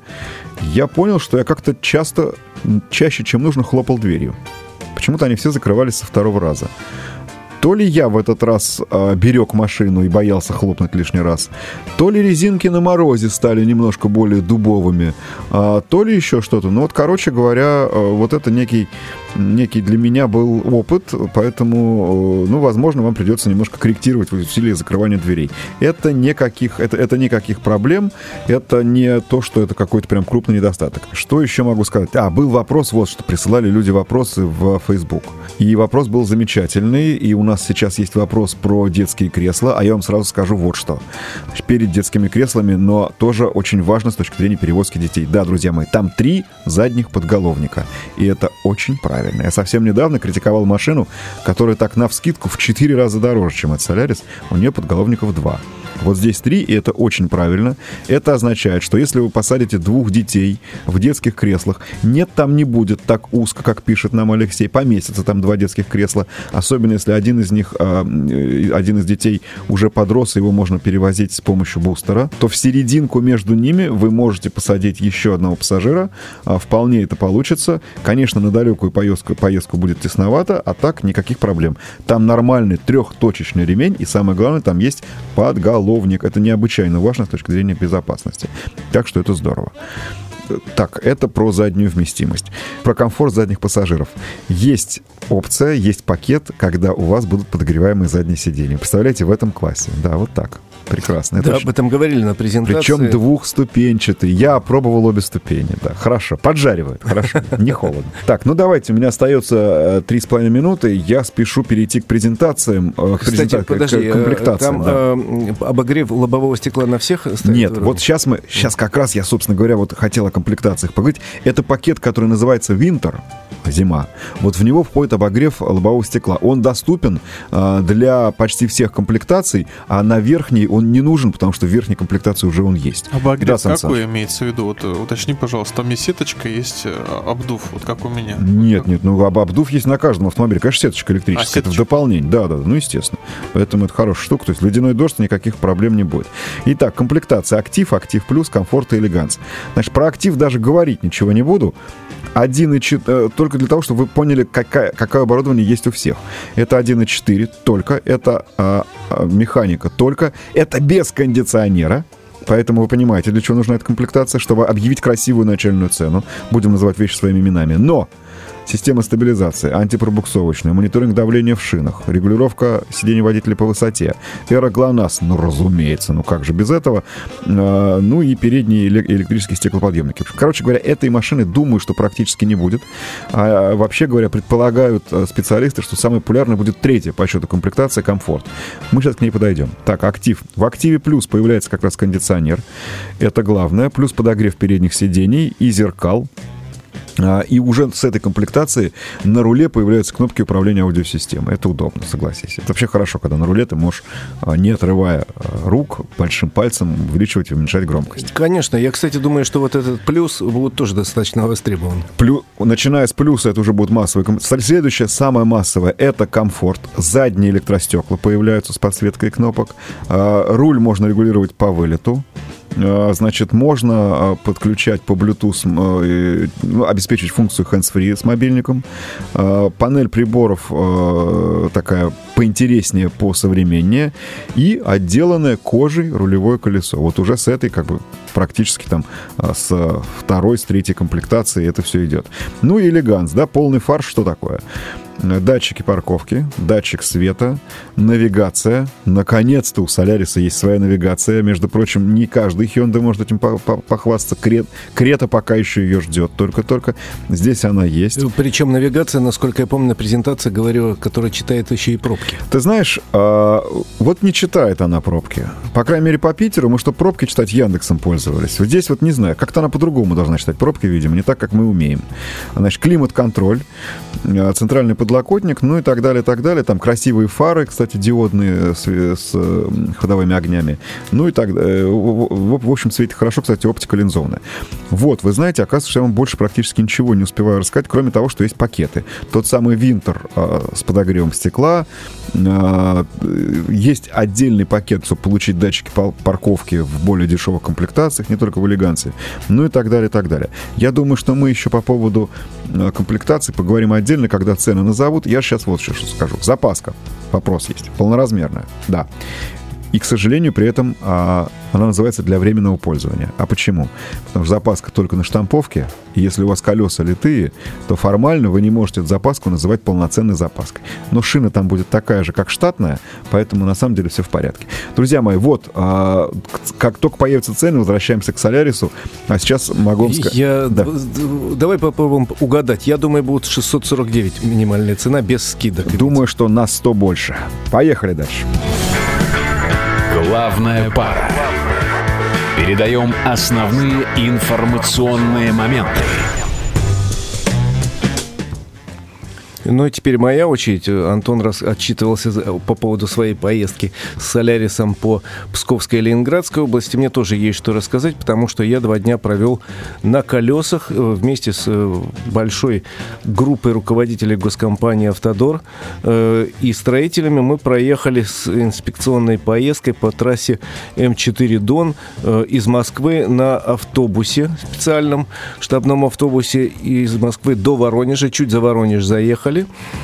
я понял, что я как-то часто, чаще, чем нужно, хлопал дверью. Почему-то они все закрывались со второго раза. То ли я в этот раз э, берег машину и боялся хлопнуть лишний раз, то ли резинки на морозе стали немножко более дубовыми, э, то ли еще что-то. Ну вот, короче говоря, э, вот это некий, некий для меня был опыт, поэтому, э, ну, возможно, вам придется немножко корректировать усилия закрывания дверей. Это никаких, это, это никаких проблем, это не то, что это какой-то прям крупный недостаток. Что еще могу сказать? А, был вопрос, вот что присылали люди вопросы в Facebook. И вопрос был замечательный, и у нас сейчас есть вопрос про детские кресла, а я вам сразу скажу вот что. Перед детскими креслами, но тоже очень важно с точки зрения перевозки детей. Да, друзья мои, там три задних подголовника, и это очень правильно. Я совсем недавно критиковал машину, которая так навскидку в четыре раза дороже, чем от Solaris, у нее подголовников два. Вот здесь три, и это очень правильно. Это означает, что если вы посадите двух детей в детских креслах, нет, там не будет так узко, как пишет нам Алексей, поместится там два детских кресла, особенно если один из них, один из детей уже подрос, его можно перевозить с помощью бустера, то в серединку между ними вы можете посадить еще одного пассажира, вполне это получится. Конечно, на далекую поездку, поездку будет тесновато, а так никаких проблем. Там нормальный трехточечный ремень, и самое главное, там есть подголовник. Это необычайно важно с точки зрения безопасности. Так что это здорово. Так, это про заднюю вместимость. Про комфорт задних пассажиров. Есть опция, есть пакет, когда у вас будут подогреваемые задние сиденья. Представляете, в этом классе. Да, вот так. Прекрасно. Это да, очень... об этом говорили на презентации. Причем двухступенчатый. Я опробовал обе ступени. Да, хорошо. Поджаривает. Хорошо. Не холодно. Так, ну давайте. У меня остается три с половиной минуты. Я спешу перейти к презентациям. К Кстати, презента... подожди. К комплектациям. Там да. э, обогрев лобового стекла на всех стоит? Нет. Вот сейчас мы... Сейчас как раз я, собственно говоря, вот хотел о комплектациях поговорить. Это пакет, который называется Winter. Зима. Вот в него входит обогрев лобового стекла. Он доступен э, для почти всех комплектаций, а на верхней он не нужен, потому что в верхней комплектации уже он есть. Обогрев да, какой имеется в виду? Вот, уточни, пожалуйста, там есть сеточка, есть обдув, вот как у меня. Нет, нет, ну обдув есть на каждом автомобиле. Конечно, сеточка электрическая. А, сеточка. Это в дополнение. Да, да, ну естественно. Поэтому это хорошая штука. То есть ледяной дождь, никаких проблем не будет. Итак, комплектация Актив, Актив Плюс, комфорт и элеганс. Значит, про Актив даже говорить ничего не буду. один и четыре, только для того, чтобы вы поняли, какая, какое оборудование есть у всех. Это один и четыре только, это а, а, механика только, это без кондиционера. Поэтому вы понимаете, для чего нужна эта комплектация, чтобы объявить красивую начальную цену. Будем называть вещи своими именами. Но система стабилизации, антипробуксовочная, мониторинг давления в шинах, регулировка сидений водителя по высоте, эроглонасс, ну, разумеется, ну как же без этого, а, ну и передние электрические стеклоподъемники. Короче говоря, этой машины, думаю, что практически не будет. А вообще говоря, предполагают специалисты, что самой популярной будет третья по счету комплектация комфорт. Мы сейчас к ней подойдем. Так, Актив. В Активе Плюс появляется как раз кондиционер. Это главное. Плюс подогрев передних сидений и зеркал. И уже с этой комплектацией на руле появляются кнопки управления аудиосистемой. Это удобно, согласись. Это вообще хорошо, когда на руле ты можешь, не отрывая рук, большим пальцем увеличивать и уменьшать громкость. Конечно. Я, кстати, думаю, что вот этот плюс будет тоже достаточно востребован. Плю... Начиная с плюса, это уже будет массовый. Следующее, самое массовое, это комфорт. Задние электростекла появляются с подсветкой кнопок. Руль можно регулировать по вылету. Значит, можно подключать по Bluetooth, ну, обеспечить функцию hands-free с мобильником. Панель приборов такая поинтереснее, посовременнее. И отделанное кожей рулевое колесо. Вот уже с этой, как бы, практически там с второй, с третьей комплектации это все идет. Ну и элеганс, да, полный фарш, что такое? Датчики парковки, датчик света, навигация. Наконец-то у Соляриса есть своя навигация. Между прочим, не каждый Hyundai может этим похвастаться. Крет, Крета пока еще ее ждет. Только-только здесь она есть. Причем навигация, насколько я помню, на презентации говорила, которая читает еще и пробки. Ты знаешь, вот не читает она пробки. По крайней мере, по Питеру мы, чтобы пробки читать, Яндексом пользовались. Вот здесь вот не знаю, как-то она по-другому должна читать пробки, видимо, не так, как мы умеем. Значит, климат-контроль, центральный подлокотник, ну и так далее, так далее. Там красивые фары, кстати, диодные с, с ходовыми огнями. Ну и так далее. В, в общем, светит хорошо, кстати, оптика линзованная. Вот, вы знаете, оказывается, что я вам больше практически ничего не успеваю рассказать, кроме того, что есть пакеты. Тот самый Winter а, с подогревом стекла. А, есть отдельный пакет, чтобы получить датчики парковки в более дешевых комплектациях, не только в элеганции. Ну и так далее, так далее. Я думаю, что мы еще по поводу комплектации поговорим отдельно, когда цены назовут. Я сейчас вот что скажу. Запаска. Вопрос есть. Полноразмерная, да. И, к сожалению, при этом а, она называется для временного пользования. А почему? Потому что запаска только на штамповке, и если у вас колеса литые, то формально вы не можете эту запаску называть полноценной запаской. Но шина там будет такая же, как штатная, поэтому на самом деле все в порядке. Друзья мои, вот, а, как только появятся цены, возвращаемся к Солярису. А сейчас могу вам сказать... Я... Да. Давай попробуем угадать. Я думаю, будет шестьсот сорок девять минимальная цена без скидок. Думаю, что на сто больше. Поехали дальше. Главная пара. Передаем основные информационные моменты. Ну и теперь моя очередь. Антон раз отчитывался по поводу своей поездки с Солярисом по Псковской и Ленинградской области. Мне тоже есть что рассказать, потому что я два дня провел на колесах вместе с большой группой руководителей госкомпании «Автодор» и строителями. Мы проехали с инспекционной поездкой по трассе эм четыре Дон из Москвы на автобусе специальном, штабном автобусе из Москвы до Воронежа. Чуть за Воронеж заехали.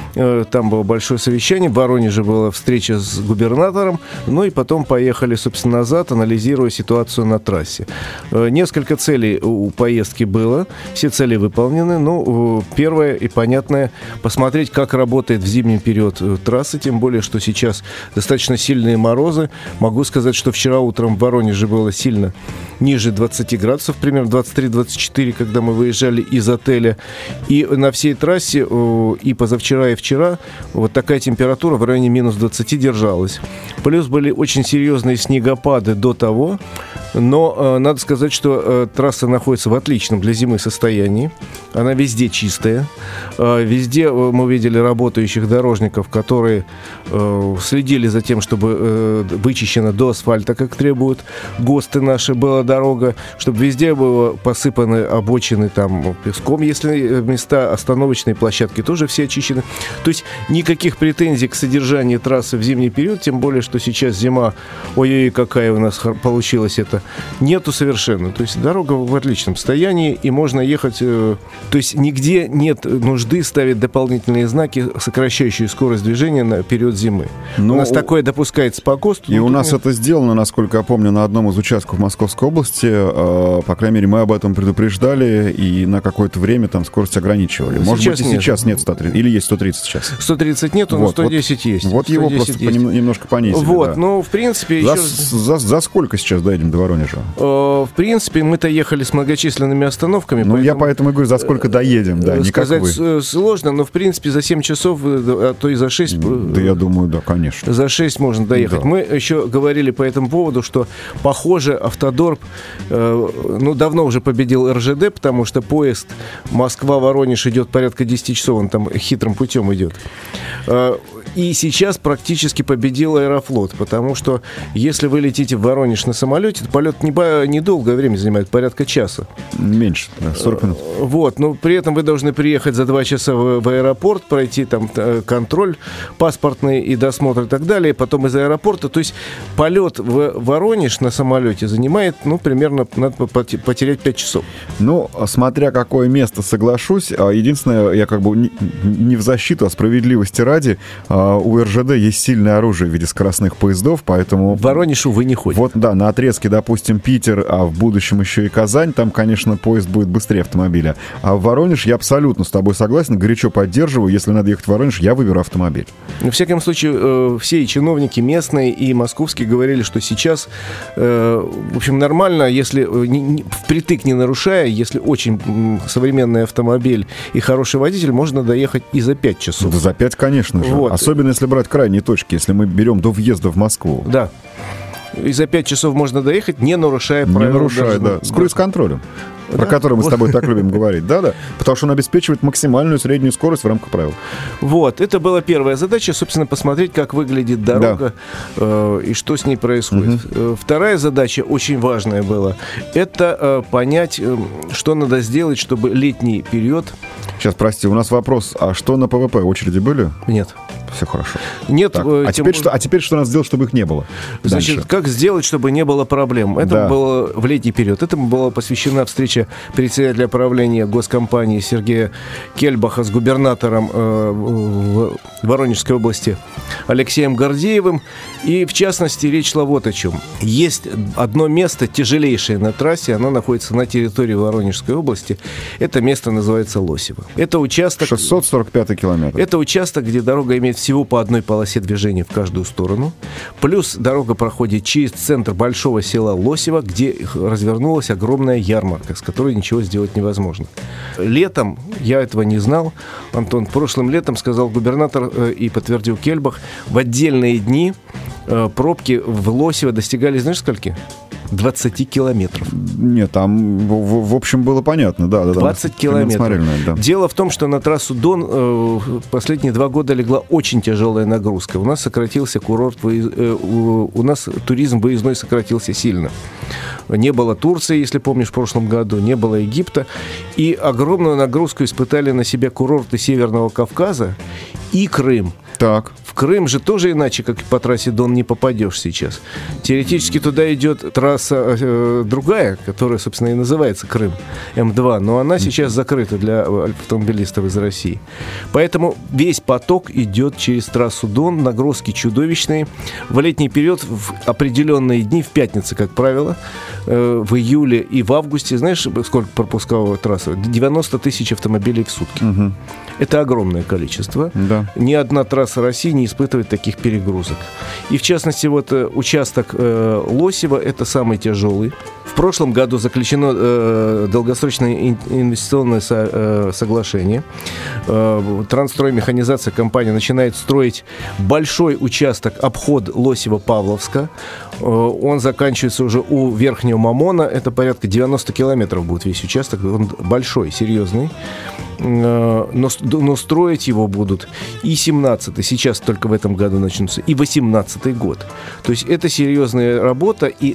Там было большое совещание. В Воронеже была встреча с губернатором. Ну и потом поехали, собственно, назад, анализируя ситуацию на трассе. Несколько целей у поездки было. Все цели выполнены. Ну, первое и понятное — посмотреть, как работает в зимний период трассы. Тем более, что сейчас достаточно сильные морозы. Могу сказать, что вчера утром в Воронеже было сильно ниже двадцати градусов, примерно двадцать три - двадцать четыре, когда мы выезжали из отеля. И на всей трассе и позавчера, и вчера вот такая температура в районе минус двадцати держалась. Плюс были очень серьезные снегопады до того, но э, надо сказать, что э, трасса находится в отличном для зимы состоянии. Она везде чистая. Э, везде э, мы видели работающих дорожников, которые э, следили за тем, чтобы э, вычищена до асфальта, как требуют ГОСТы наши, была дорога, чтобы везде было посыпаны обочины там песком, если места остановочной площадки тоже все очищены. То есть никаких претензий к содержанию трассы в зимний период, тем более, что сейчас зима, ой-ой, какая у нас получилась это, нету совершенно. То есть дорога в отличном состоянии, и можно ехать, э, то есть нигде нет нужды ставить дополнительные знаки, сокращающие скорость движения на период зимы. Но у нас у... такое допускается по ГОСТу. И у нас нет. Это сделано, насколько я помню, на одном из участков Московской области. Э, по крайней мере, мы об этом предупреждали, и на какое-то время там скорость ограничивали. Может сейчас быть, и нет. Сейчас нет сто тридцать. Или есть сто тридцать сейчас? сто тридцать нету, вот, но сто десять вот, есть. Вот сто его просто есть. Немножко понизили. Вот, да. ну, в принципе... За, еще... за, за сколько сейчас доедем до Воронежа? Э, в принципе, мы-то ехали с многочисленными остановками. Ну, поэтому... я поэтому и говорю, за сколько доедем, да, не как вы. Сказать сложно, но, в принципе, за семь часов, а то и за шесть... Да, я думаю, да, конечно. За шесть можно доехать. Да. Мы еще говорили по этому поводу, что, похоже, Автодор, э, ну, давно уже победил эр жэ дэ, потому что поезд Москва-Воронеж идет порядка десять часов, он там хитрым путем идет. И сейчас практически победил Аэрофлот, потому что если вы летите в Воронеж на самолете, то полет недолгое время занимает, порядка часа. Меньше, да, сорок минут. Вот, но при этом вы должны приехать за два часа в, в аэропорт, пройти там контроль паспортный и досмотр и так далее, потом из аэропорта. То есть полет в Воронеж на самолете занимает, ну, примерно, надо потерять пять часов. Ну, смотря какое место, соглашусь. Единственное, я как бы не в защиту, а справедливости ради, у эр жэ дэ есть сильное оружие в виде скоростных поездов, поэтому... В Воронеж, увы, не ходит. Вот, да, на отрезке, допустим, Питер, а в будущем еще и Казань, там, конечно, поезд будет быстрее автомобиля. А в Воронеж я абсолютно с тобой согласен, горячо поддерживаю. Если надо ехать в Воронеж, я выберу автомобиль. Во всяком случае, э, все и чиновники местные, и московские говорили, что сейчас, э, в общем, нормально, если э, не, не, впритык не нарушая, если очень м, современный автомобиль и хороший водитель, можно доехать и за пять часов. Да, за пять, конечно же. Вот. Особенно если брать крайние точки, если мы берем до въезда в Москву. Да. И за пять часов можно доехать, не нарушая правила. Не нарушая, да. С круиз-контролем. Да? Про который мы с тобой так любим говорить. Да-да. Потому что он обеспечивает максимальную среднюю скорость в рамках правил. Вот. Это была первая задача, собственно, посмотреть, как выглядит дорога, да. э, и что с ней происходит. Угу. Вторая задача, очень важная была, это э, понять, э, что надо сделать, чтобы летний период... Сейчас, прости, у нас вопрос. А что на пэ вэ пэ? Очереди были? Нет. все хорошо. Нет, Так, э, а, тем- теперь что, а теперь что надо сделать, чтобы их не было? Значит, Дальше. как сделать, чтобы не было проблем? Это Да. было в летний период. Этому была посвящена встреча председателя правления госкомпании Сергея Кельбаха с губернатором э, в Воронежской области Алексеем Гордеевым. И, в частности, речь шла вот о чем. Есть одно место тяжелейшее на трассе. Оно находится на территории Воронежской области. Это место называется Лосево. Это участок... шестьсот сорок пятый километр. Это участок, где дорога имеет всего по одной полосе движения в каждую сторону. Плюс дорога проходит через центр большого села Лосево, где развернулась огромная ярмарка, с которой ничего сделать невозможно. Летом, я этого не знал, Антон, прошлым летом, сказал губернатор э, и подтвердил Кельбах, в отдельные дни э, пробки в Лосево достигали, знаешь, скольки? двадцать километров. Нет, там, в, в общем, было понятно. Да, да, да. двадцать Мы примерно километров. смотрели на это, да. Дело в том, что на трассу Дон э, последние два года легла очень тяжелая нагрузка. У нас сократился курорт, выезд, э, у, у нас туризм выездной сократился сильно. Не было Турции, если помнишь, в прошлом году, не было Египта. И огромную нагрузку испытали на себя курорты Северного Кавказа и Крым. Так. В Крым же тоже иначе, как по трассе Дон, не попадешь сейчас. Теоретически туда идет трасса э, другая, которая, собственно, и называется Крым, эм два, но она сейчас закрыта для автомобилистов из России. Поэтому весь поток идет через трассу Дон, нагрузки чудовищные. В летний период, в определенные дни, в пятницу, как правило, э, в июле и в августе, знаешь, сколько пропускала трасса? девяносто тысяч автомобилей в сутки. Угу. Это огромное количество. Да. Ни одна трасса России не испытывает таких перегрузок. И в частности, вот э, участок э, Лосева – это самый тяжелый. В прошлом году заключено э, долгосрочное ин- инвестиционное со- э, соглашение. Э, Трансстроймеханизация компания начинает строить большой участок, обход Лосева-Павловска. Э, он заканчивается уже у Верхнего Мамона. Это порядка девяносто километров будет весь участок. Он большой, серьезный. Но, но строить его будут и семнадцатый, сейчас только в этом году начнутся, и восемнадцатый год. То есть это серьезная работа, и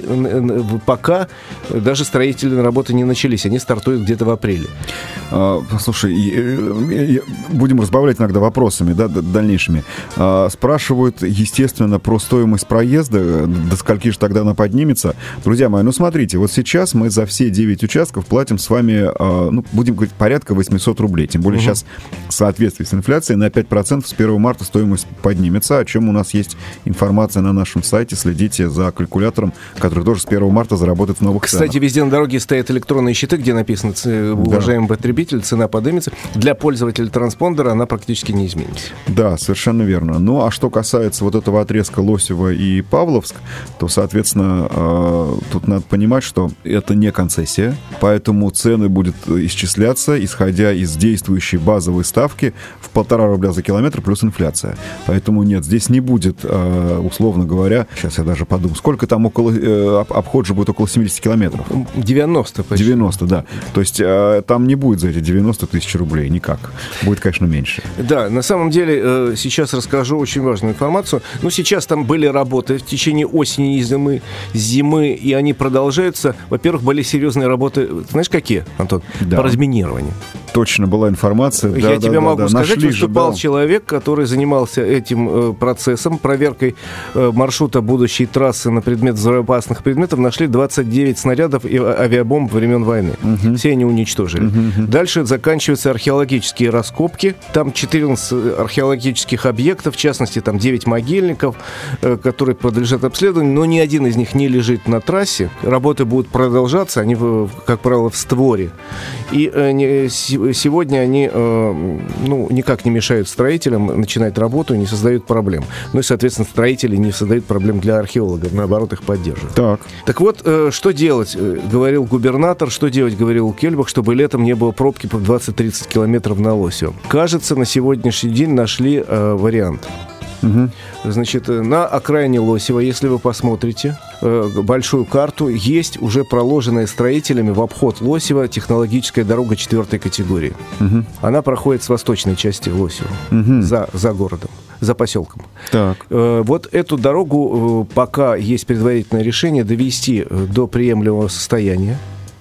пока даже строительные работы не начались, они стартуют где-то в апреле. А, слушай, и, и, и, будем разбавлять иногда вопросами, да, дальнейшими. А, спрашивают, естественно, про стоимость проезда, до скольки же тогда она поднимется. Друзья мои, ну смотрите, вот сейчас мы за все девять участков платим с вами, а, ну, будем говорить, порядка восемьсот рублей. Тем более угу. сейчас в соответствии с инфляцией на пять процентов с первого марта стоимость поднимется, о чем у нас есть информация на нашем сайте. Следите за калькулятором, который тоже с первого марта заработает в новых Кстати, ценах. везде на дороге стоят электронные щиты, где написано, уважаемый да. потребитель, цена поднимется. Для пользователя транспондера она практически не изменится. Да, совершенно верно. Ну, а что касается вот этого отрезка Лосева и Павловск, то, соответственно, э, тут надо понимать, что это не концессия, поэтому цены будут исчисляться, исходя из действующей базовой ставки в полтора рубля за километр плюс инфляция. Поэтому нет, здесь не будет, э, условно говоря, сейчас я даже подумаю, сколько там около, э, обход же будет около семьдесят километров. девяносто почти. девяносто, да. То есть э, там не будет за эти девяносто тысяч рублей никак. Будет, конечно, меньше. Да, на самом деле, э, сейчас расскажу очень важную информацию. Ну, сейчас там были работы в течение осени и зимы, зимы, и они продолжаются. Во-первых, были серьезные работы, знаешь, какие, Антон? Да. По разминированию. Точно была информация. Я да, тебе да, могу да, сказать, нашли выступал же, да. человек, который занимался этим э, процессом, проверкой э, маршрута будущей трассы на предмет взрывоопасных предметов. Нашли двадцать девять снарядов и авиабомб времен войны. Угу. Все они уничтожили. Угу. Дальше заканчиваются археологические раскопки. Там четырнадцать археологических объектов, в частности, там девять могильников, э, которые подлежат обследованию, но ни один из них не лежит на трассе. Работы будут продолжаться, они, в, как правило, в створе. И э, не, сегодня они э, ну, никак не мешают строителям начинать работу и не создают проблем. Ну и, соответственно, строители не создают проблем для археологов, наоборот, их поддерживают. Так, так вот, э, что делать, э, говорил губернатор, что делать, говорил Кельбах, чтобы летом не было пробки по двадцать-тридцать километров на Лосево. Кажется, на сегодняшний день нашли э, вариант. Угу. Значит, на окраине Лосева, если вы посмотрите э, большую карту, есть уже проложенная строителями в обход Лосева технологическая дорога четвертой категории. Угу. Она проходит с восточной части Лосева, угу. за, за городом, за поселком. Так. Э, вот эту дорогу, э, пока есть предварительное решение, довести до приемлемого состояния.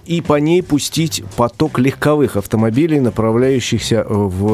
и по ней пустить поток легковых автомобилей, направляющихся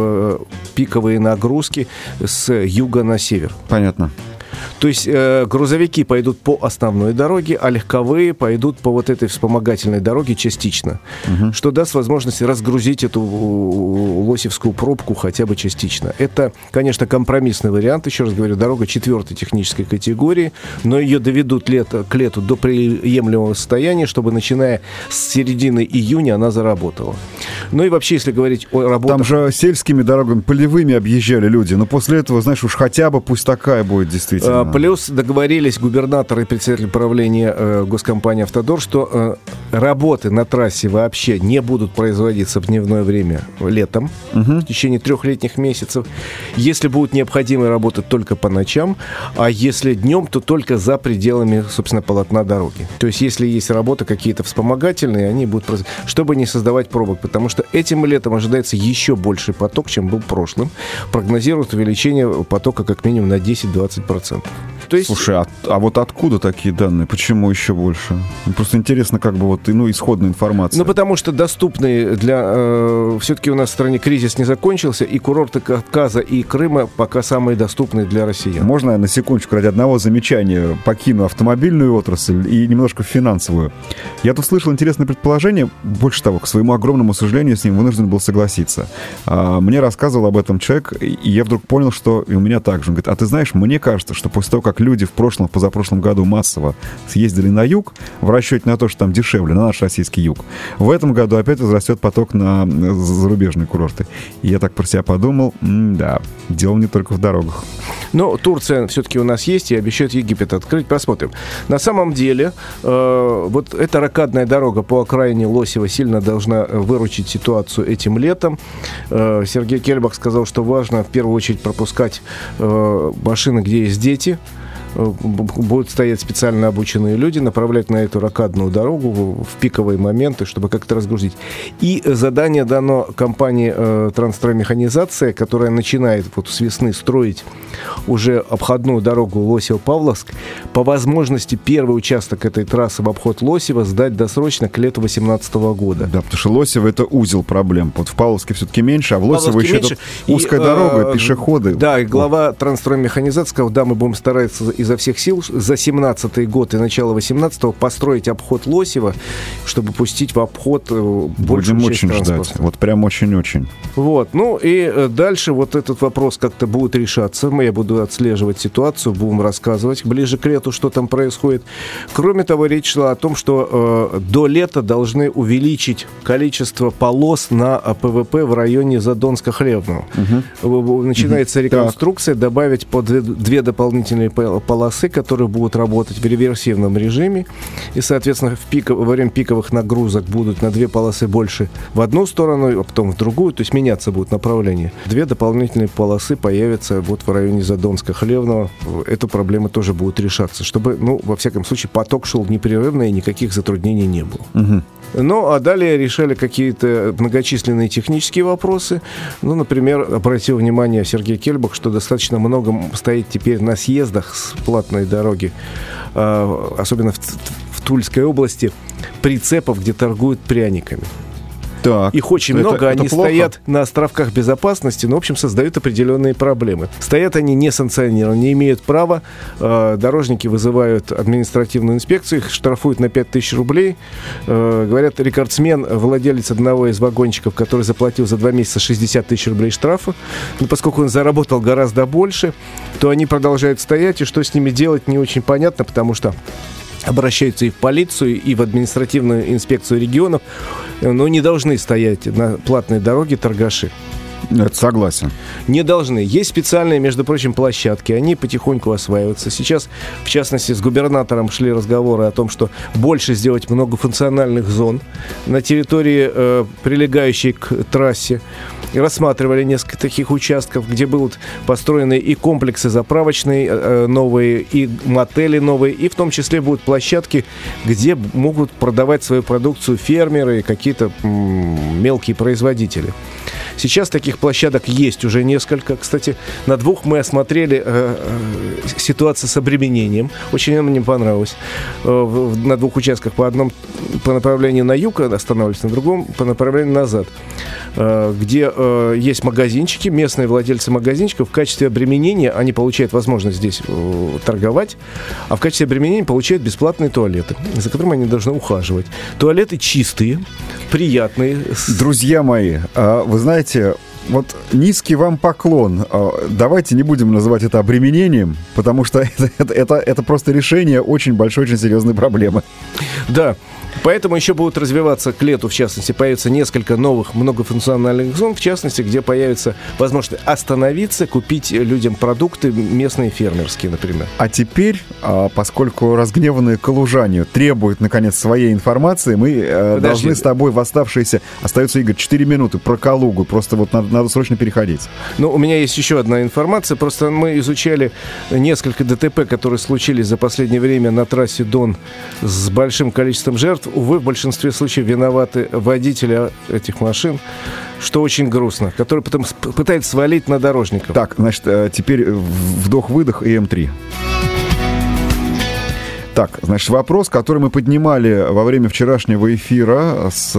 в пиковые нагрузки с юга на север. Понятно. То есть э, грузовики пойдут по основной дороге, а легковые пойдут по вот этой вспомогательной дороге частично, угу. что даст возможность разгрузить эту лосевскую пробку хотя бы частично. Это, конечно, компромиссный вариант, еще раз говорю, дорога четвертой технической категории, но ее доведут лето, к лету до приемлемого состояния, чтобы, начиная с середины июня, она заработала. Ну и вообще, если говорить о работах... Там же сельскими дорогами, полевыми объезжали люди, но после этого, знаешь, уж хотя бы пусть такая будет действительно. Плюс договорились губернатор и председатель правления э, госкомпании «Автодор», что э, работы на трассе вообще не будут производиться в дневное время летом, угу. в течение трех летних месяцев. Если будут необходимые работы, только по ночам, а если днем, то только за пределами, собственно, полотна дороги. То есть, если есть работы какие-то вспомогательные, они будут производиться, чтобы не создавать пробок, потому что этим летом ожидается еще больший поток, чем был прошлым. Прогнозируют увеличение потока как минимум на десять-двадцать процентов. То есть... Слушай, а, а вот откуда такие данные? Почему еще больше? Просто интересно, как бы вот, ну, исходная информация. Ну, потому что доступные для... Э, все-таки у нас в стране кризис не закончился, и курорты Кавказа и Крыма пока самые доступные для россиян. Можно я на секундочку ради одного замечания покину автомобильную отрасль и немножко финансовую? Я тут слышал интересное предположение. Больше того, к своему огромному сожалению, с ним вынужден был согласиться. А, мне рассказывал об этом человек, и я вдруг понял, что и у меня так же. Он говорит, а ты знаешь, мне кажется, что после того, как люди в прошлом, в позапрошлом году массово съездили на юг, в расчете на то, что там дешевле, на наш российский юг, в этом году опять возрастет поток на зарубежные курорты. И я так про себя подумал, м-да, дело не только в дорогах. Но Турция все-таки у нас есть, и обещают Египет открыть. Посмотрим. На самом деле, э, вот эта рокадная дорога по окраине Лосева сильно должна выручить ситуацию этим летом. Э, Сергей Кельбах сказал, что важно в первую очередь пропускать э, машины, где есть дети. Будут стоять специально обученные люди, направлять на эту рокадную дорогу в пиковые моменты, чтобы как-то разгрузить. И задание дано компании э, «Трансстроймеханизация», которая начинает вот с весны строить уже обходную дорогу Лосево-Павловск. По возможности первый участок этой трассы в обход Лосева сдать досрочно к лету две тысячи восемнадцатого года. Да, потому что Лосево — это узел проблем. Вот в Павловске все-таки меньше, а в Лосево еще тут узкая и, дорога, э, пешеходы. Да, и глава «Трансстроймеханизации» сказал, да, мы будем стараться изо всех сил за семнадцатый год и начало восемнадцатого построить обход Лосева, чтобы пустить в обход большую Будем часть очень транспорта. ждать. Вот прям очень-очень. Вот. Ну и дальше вот этот вопрос как-то будет решаться. Я буду отслеживать ситуацию, будем рассказывать ближе к лету, что там происходит. Кроме того, речь шла о том, что э, до лета должны увеличить количество полос на ПВП в районе Задонска-Хлебного. Угу. Начинается угу. реконструкция, так. Добавить по две, две дополнительные полосы, которые будут работать в реверсивном режиме. И, соответственно, в пик, во время пиковых нагрузок будут на две полосы больше в одну сторону, а потом в другую. То есть меняться будут направления. Две дополнительные полосы появятся вот в районе Задонска-Хлебного. Эта проблема тоже будет решаться, чтобы, ну, во всяком случае, поток шел непрерывно и никаких затруднений не было. Угу. Ну, а далее решали какие-то многочисленные технические вопросы. Ну, например, обратил внимание Сергей Кельбах, что достаточно много стоит теперь на съездах с платной дороги, особенно в, в Тульской области, прицепов, где торгуют пряниками. Так, их очень это, много, это они плохо? Стоят на островках безопасности, но, в общем, создают определенные проблемы. Стоят они несанкционированно, не имеют права. Э, дорожники вызывают административную инспекцию, их штрафуют на пять тысяч рублей. Э, говорят, рекордсмен, владелец одного из вагончиков, который заплатил за два месяца шестьдесят тысяч рублей штрафа. Но поскольку он заработал гораздо больше, то они продолжают стоять, и что с ними делать, не очень понятно, потому что обращаются и в полицию, и в административную инспекцию регионов, но не должны стоять на платной дороге торгаши. Это согласен. Не должны. Есть специальные, между прочим, площадки. Они потихоньку осваиваются. Сейчас, в частности, с губернатором шли разговоры о том, что больше сделать многофункциональных зон на территории, э, прилегающей к трассе. И рассматривали несколько таких участков, где будут построены и комплексы заправочные э, новые, и мотели новые, и в том числе будут площадки, где могут продавать свою продукцию фермеры и какие-то м- мелкие производители. Сейчас таких площадок есть уже несколько. Кстати, на двух мы осмотрели э, э, ситуацию с обременением. Очень нам не понравилось. Э, на двух участках по одному по направлению на юг останавливались, на другом по направлению назад. Э, где э, есть магазинчики, местные владельцы магазинчиков в качестве обременения, они получают возможность здесь э, торговать, а в качестве обременения получают бесплатные туалеты, за которыми они должны ухаживать. Туалеты чистые, приятные. Друзья мои, вы знаете, вот низкий вам поклон. Давайте не будем называть это обременением, потому что это, это, это, это просто решение очень большой, очень серьезной проблемы. Да. Поэтому еще будут развиваться к лету, в частности, появится несколько новых многофункциональных зон, в частности, где появится возможность остановиться, купить людям продукты местные, фермерские, например. А теперь, поскольку разгневанные калужане требуют, наконец, своей информации, мы Подожди. должны с тобой в оставшиеся, остается, Игорь, четыре минуты про Калугу, просто вот надо, надо срочно переходить. Ну, у меня есть еще одна информация, просто мы изучали несколько ДТП, которые случились за последнее время на трассе Дон с большим количеством жертв. Увы, в большинстве случаев виноваты водители этих машин, что очень грустно, которые потом пытаются свалить на дорожников. Так, значит, теперь вдох-выдох и эм три. Так, значит, вопрос, который мы поднимали во время вчерашнего эфира с...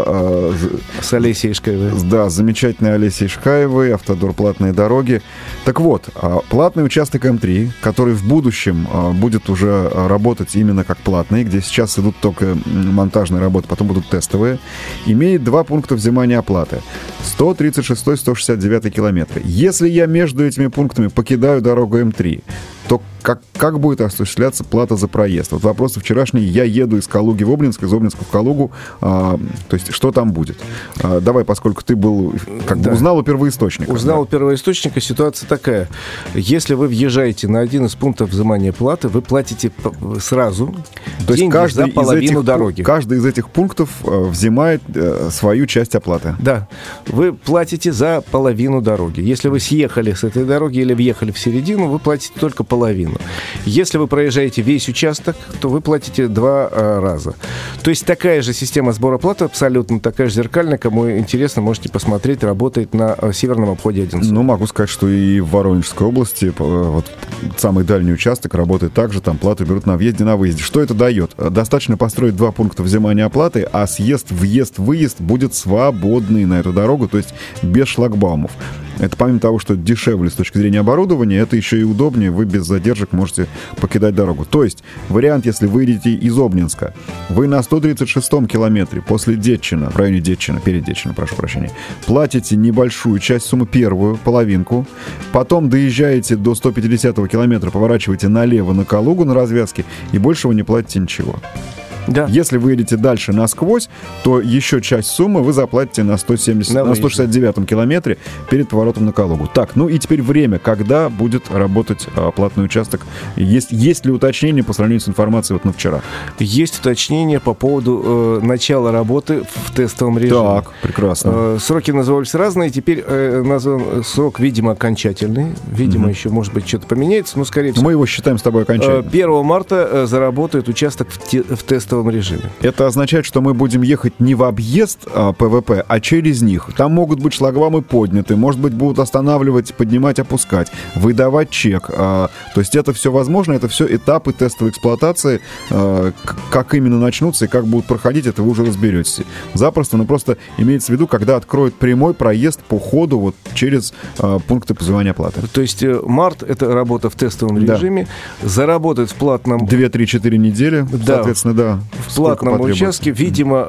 Э, с Олесей Ишкаевой. Да, с замечательной Олесей Ишкаевой, Автодор «Платные дороги». Так вот, платный участок эм три, который в будущем будет уже работать именно как платный, где сейчас идут только монтажные работы, потом будут тестовые, имеет два пункта взимания оплаты. сто тридцать шестой - сто шестьдесят девятый километры. Если я между этими пунктами покидаю дорогу эм три, то как, как будет осуществляться плата за проезд? Вот вопрос вчерашний. Я еду из Калуги в Обнинск, из Обнинска в Калугу. А, то есть, что там будет? А, давай, поскольку ты был, как да. бы узнал у первоисточника. Узнал да. у первоисточника. Ситуация такая. Если вы въезжаете на один из пунктов взимания платы, вы платите сразу то деньги есть за половину из этих, дороги. Каждый из этих пунктов взимает свою часть оплаты. Да. Вы платите за половину дороги. Если вы съехали с этой дороги или въехали в середину, вы платите только половину. Если вы проезжаете весь участок, то вы платите два а, раза. То есть такая же система сбора платы, абсолютно такая же зеркальная. Кому интересно, можете посмотреть, работает на а, северном обходе Одинцова. Ну, могу сказать, что и в Воронежской области вот, самый дальний участок работает так же, там плату берут на въезде, на выезде. Что это дает? Достаточно построить два пункта взимания оплаты, а съезд, въезд, выезд будет свободный на эту дорогу, то есть без шлагбаумов. Это помимо того, что дешевле с точки зрения оборудования, это еще и удобнее, вы без задержек можете покидать дорогу. То есть вариант, если вы едете из Обнинска, вы на сто тридцать шестом километре после Детчина, в районе Детчина, перед Детчином, прошу прощения, платите небольшую часть суммы, первую, половинку, потом доезжаете до сто пятидесятого километра, поворачиваете налево на Калугу на развязке, и больше вы не платите ничего. Да. Если вы едете дальше насквозь, то еще часть суммы вы заплатите на, сто семьдесят, на, на сто шестьдесят девятом километре перед поворотом на Калугу. Так, ну и теперь время, когда будет работать а, платный участок. Есть, есть ли уточнения по сравнению с информацией вот на вчера? Есть уточнение по поводу э, начала работы в тестовом режиме. Так, прекрасно. Э, сроки назывались разные. Теперь э, назван срок, видимо, окончательный. Видимо, mm-hmm. еще, может быть, что-то поменяется, но, скорее всего... Мы его считаем с тобой окончательным. первого марта э, заработает участок в, те, в тестовом режиме. Это означает, что мы будем ехать не в объезд а, ПВП, а через них. Там могут быть шлагбаумы подняты, может быть, будут останавливать, поднимать, опускать, выдавать чек. А, то есть это все возможно, это все этапы тестовой эксплуатации. А, как именно начнутся и как будут проходить, это вы уже разберетесь. Запросто, но просто имеется в виду, когда откроют прямой проезд по ходу вот через а, пункты взимания оплаты. То есть март — это работа в тестовом да. режиме, заработает в платном... две-три-четыре недели, да. соответственно, да. В платном участке, видимо,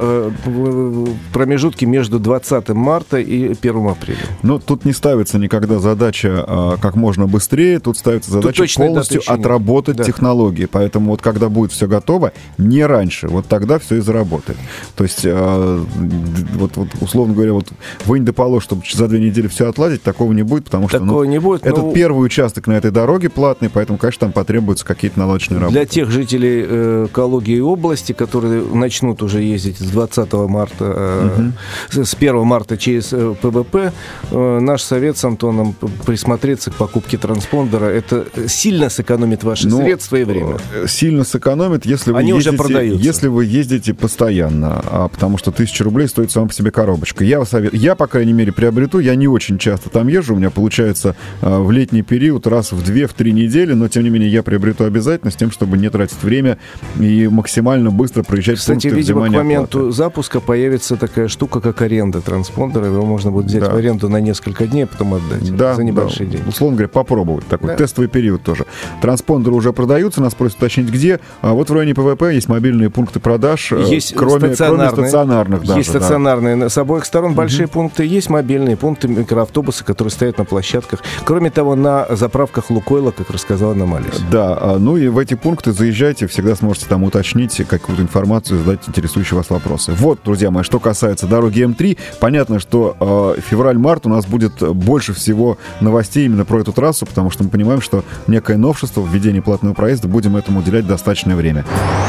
в промежутке между двадцатым марта и первым апреля. Но тут не ставится никогда задача а, как можно быстрее, тут ставится задача тут полностью отработать да. технологии. Поэтому вот когда будет все готово, не раньше, вот тогда все и заработает. То есть, а, вот, вот условно говоря, вот вынь да положь, чтобы за две недели все отладить, такого не будет, потому что такого ну, не будет, это но... первый участок на этой дороге платный, поэтому, конечно, там потребуются какие-то наладочные работы. Для тех жителей э, Калуги и области области, которые начнут уже ездить с двадцатого марта, угу. с первого марта через ПБП, наш совет с Антоном присмотреться к покупке транспондера. Это сильно сэкономит ваши ну, средства и время. Сильно сэкономит, если вы, Они ездите, уже продаются. Если вы ездите постоянно, а, потому что тысяча рублей стоит сама по себе коробочка. Я, совет, я, по крайней мере, приобрету, я не очень часто там езжу, у меня получается а, в летний период раз в две-три недели, но, тем не менее, я приобрету обязательно с тем, чтобы не тратить время и максимально быстро проезжать Кстати, пункты видимо, взимания к моменту оплаты. запуска появится такая штука, как аренда транспондера. Его можно будет взять да. в аренду на несколько дней, а потом отдать да, за небольшие да. деньги. Условно говоря, попробовать. Такой да. тестовый период тоже. Транспондеры уже продаются, нас просят уточнить, где. А вот в районе ПВП есть мобильные пункты продаж, есть кроме, стационарные, кроме стационарных. Даже, есть стационарные да. с обоих сторон большие угу. пункты, есть мобильные пункты, микроавтобусы, которые стоят на площадках. Кроме того, на заправках Лукойла, как рассказала нам Алиса. Да, ну и в эти пункты заезжайте, всегда сможете там уточнить какую-то информацию, задать интересующие вас вопросы. Вот, друзья мои, что касается дороги М три, понятно, что э, февраль-март у нас будет больше всего новостей именно про эту трассу, потому что мы понимаем, что некое новшество в введении платного проезда, будем этому уделять достаточное время.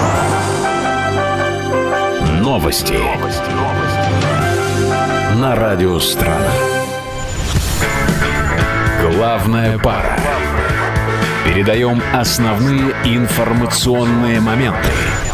Новости. На радио Страна. Главная пара. Передаем основные информационные моменты.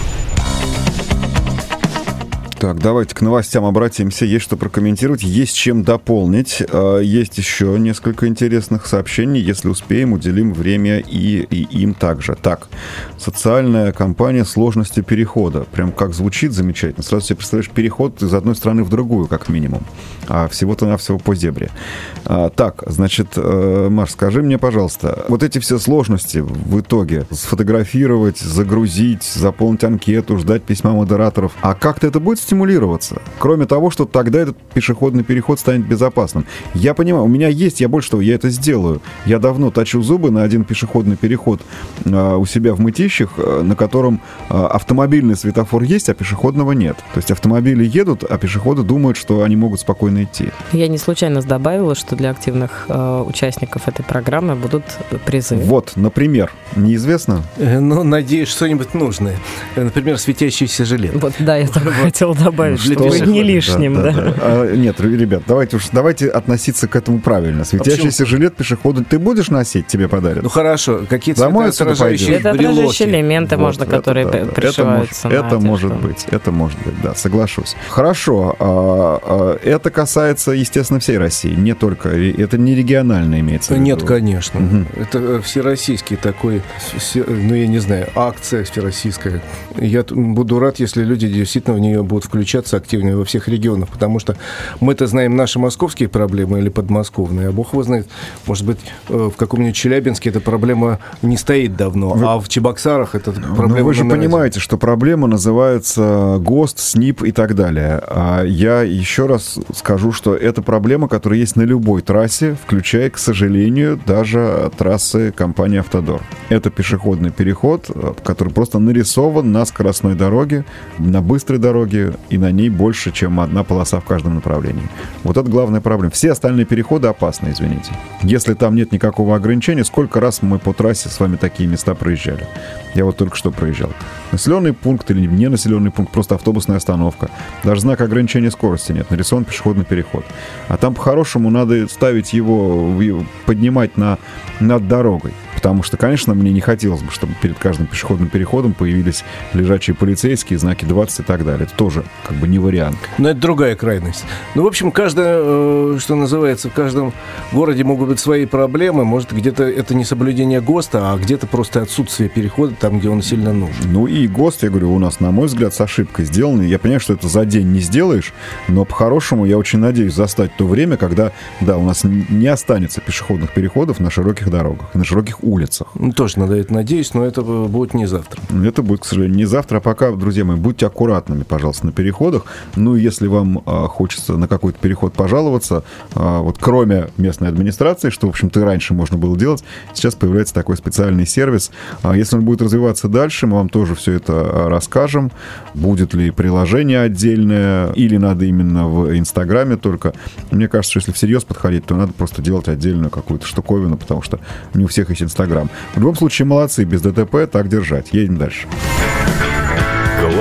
Так, давайте к новостям обратимся. Есть что прокомментировать, есть чем дополнить. Есть еще несколько интересных сообщений. Если успеем, уделим время и, и им также. Так, социальная кампания «Сложности перехода». Прям как звучит замечательно. Сразу себе представляешь переход из одной страны в другую, как минимум. А всего-то навсего по зебре. А, так, значит, Маш, скажи мне, пожалуйста, вот эти все сложности в итоге сфотографировать, загрузить, заполнить анкету, ждать письма модераторов. А как-то это будет стимулироваться? Кроме того, что тогда этот пешеходный переход станет безопасным. Я понимаю, у меня есть, я больше того, я это сделаю. Я давно точу зубы на один пешеходный переход э, у себя в Мытищах, э, на котором э, автомобильный светофор есть, а пешеходного нет. То есть автомобили едут, а пешеходы думают, что они могут спокойно идти. Я не случайно добавила, что для активных э, участников этой программы будут призывы. Вот, например, неизвестно? Э, ну, надеюсь, что-нибудь нужное. Например, светящийся жилет. Вот, да, я только хотела добавить, Для что будет не лишним, да. да, да. Да. А, нет, ребят, давайте уж давайте относиться к этому правильно. Светящийся а жилет пешеходу ты будешь носить, тебе подарят? Ну хорошо, какие-то отражающие Это отражающие элементы, вот, можно, это, которые да, пришиваются. Это, это может быть, это может быть, да, соглашусь. Хорошо, а, а, это касается, естественно, всей России, не только, это не регионально имеется в виду. Нет, конечно. Угу. Это всероссийский такой, все, ну я не знаю, акция всероссийская. Я буду рад, если люди действительно в нее будут включаться активнее во всех регионах, потому что мы-то знаем наши московские проблемы или подмосковные, а бог его знает, может быть, в каком-нибудь Челябинске эта проблема не стоит давно, вы... а в Чебоксарах эта проблема... Но вы же понимаете, что проблема называется ГОСТ, СНИП и так далее. А я еще раз скажу, что это проблема, которая есть на любой трассе, включая, к сожалению, даже трассы компании «Автодор». Это пешеходный переход, который просто нарисован на скоростной дороге, на быстрой дороге, и на ней больше, чем одна полоса в каждом направлении. Вот это главная проблема. Все остальные переходы опасны, извините. Если там нет никакого ограничения, сколько раз мы по трассе с вами такие места проезжали? Я вот только что проезжал. Населенный пункт или не населенный пункт, просто автобусная остановка. Даже знака ограничения скорости нет, нарисован пешеходный переход. А там по-хорошему надо ставить его, поднимать на, над дорогой. Потому что, конечно, мне не хотелось бы, чтобы перед каждым пешеходным переходом появились лежачие полицейские, знаки двадцать и так далее. Это тоже как бы не вариант. Но это другая крайность. Ну, в общем, каждое, что называется, в каждом городе могут быть свои проблемы. Может, где-то это не соблюдение ГОСТа, а где-то просто отсутствие перехода там, где он сильно нужен. Ну и ГОСТ, я говорю, у нас, на мой взгляд, с ошибкой сделан. Я понимаю, что это за день не сделаешь, но по-хорошему я очень надеюсь застать то время, когда, да, у нас не останется пешеходных переходов на широких дорогах, на широких улицах. Ну, тоже надо это надеюсь, но это будет не завтра. Это будет, к сожалению, не завтра. А пока, друзья мои, будьте аккуратными, пожалуйста, на переходах. Ну, если вам а, хочется на какой-то переход пожаловаться, а, вот кроме местной администрации, что, в общем-то, и раньше можно было делать, сейчас появляется такой специальный сервис. А, если он будет развиваться дальше, мы вам тоже все это расскажем. Будет ли приложение отдельное, или надо именно в Инстаграме только. Мне кажется, что если всерьез подходить, то надо просто делать отдельную какую-то штуковину, потому что не у всех есть Инстаграм. В любом случае, молодцы, без ДТП так держать. Едем дальше.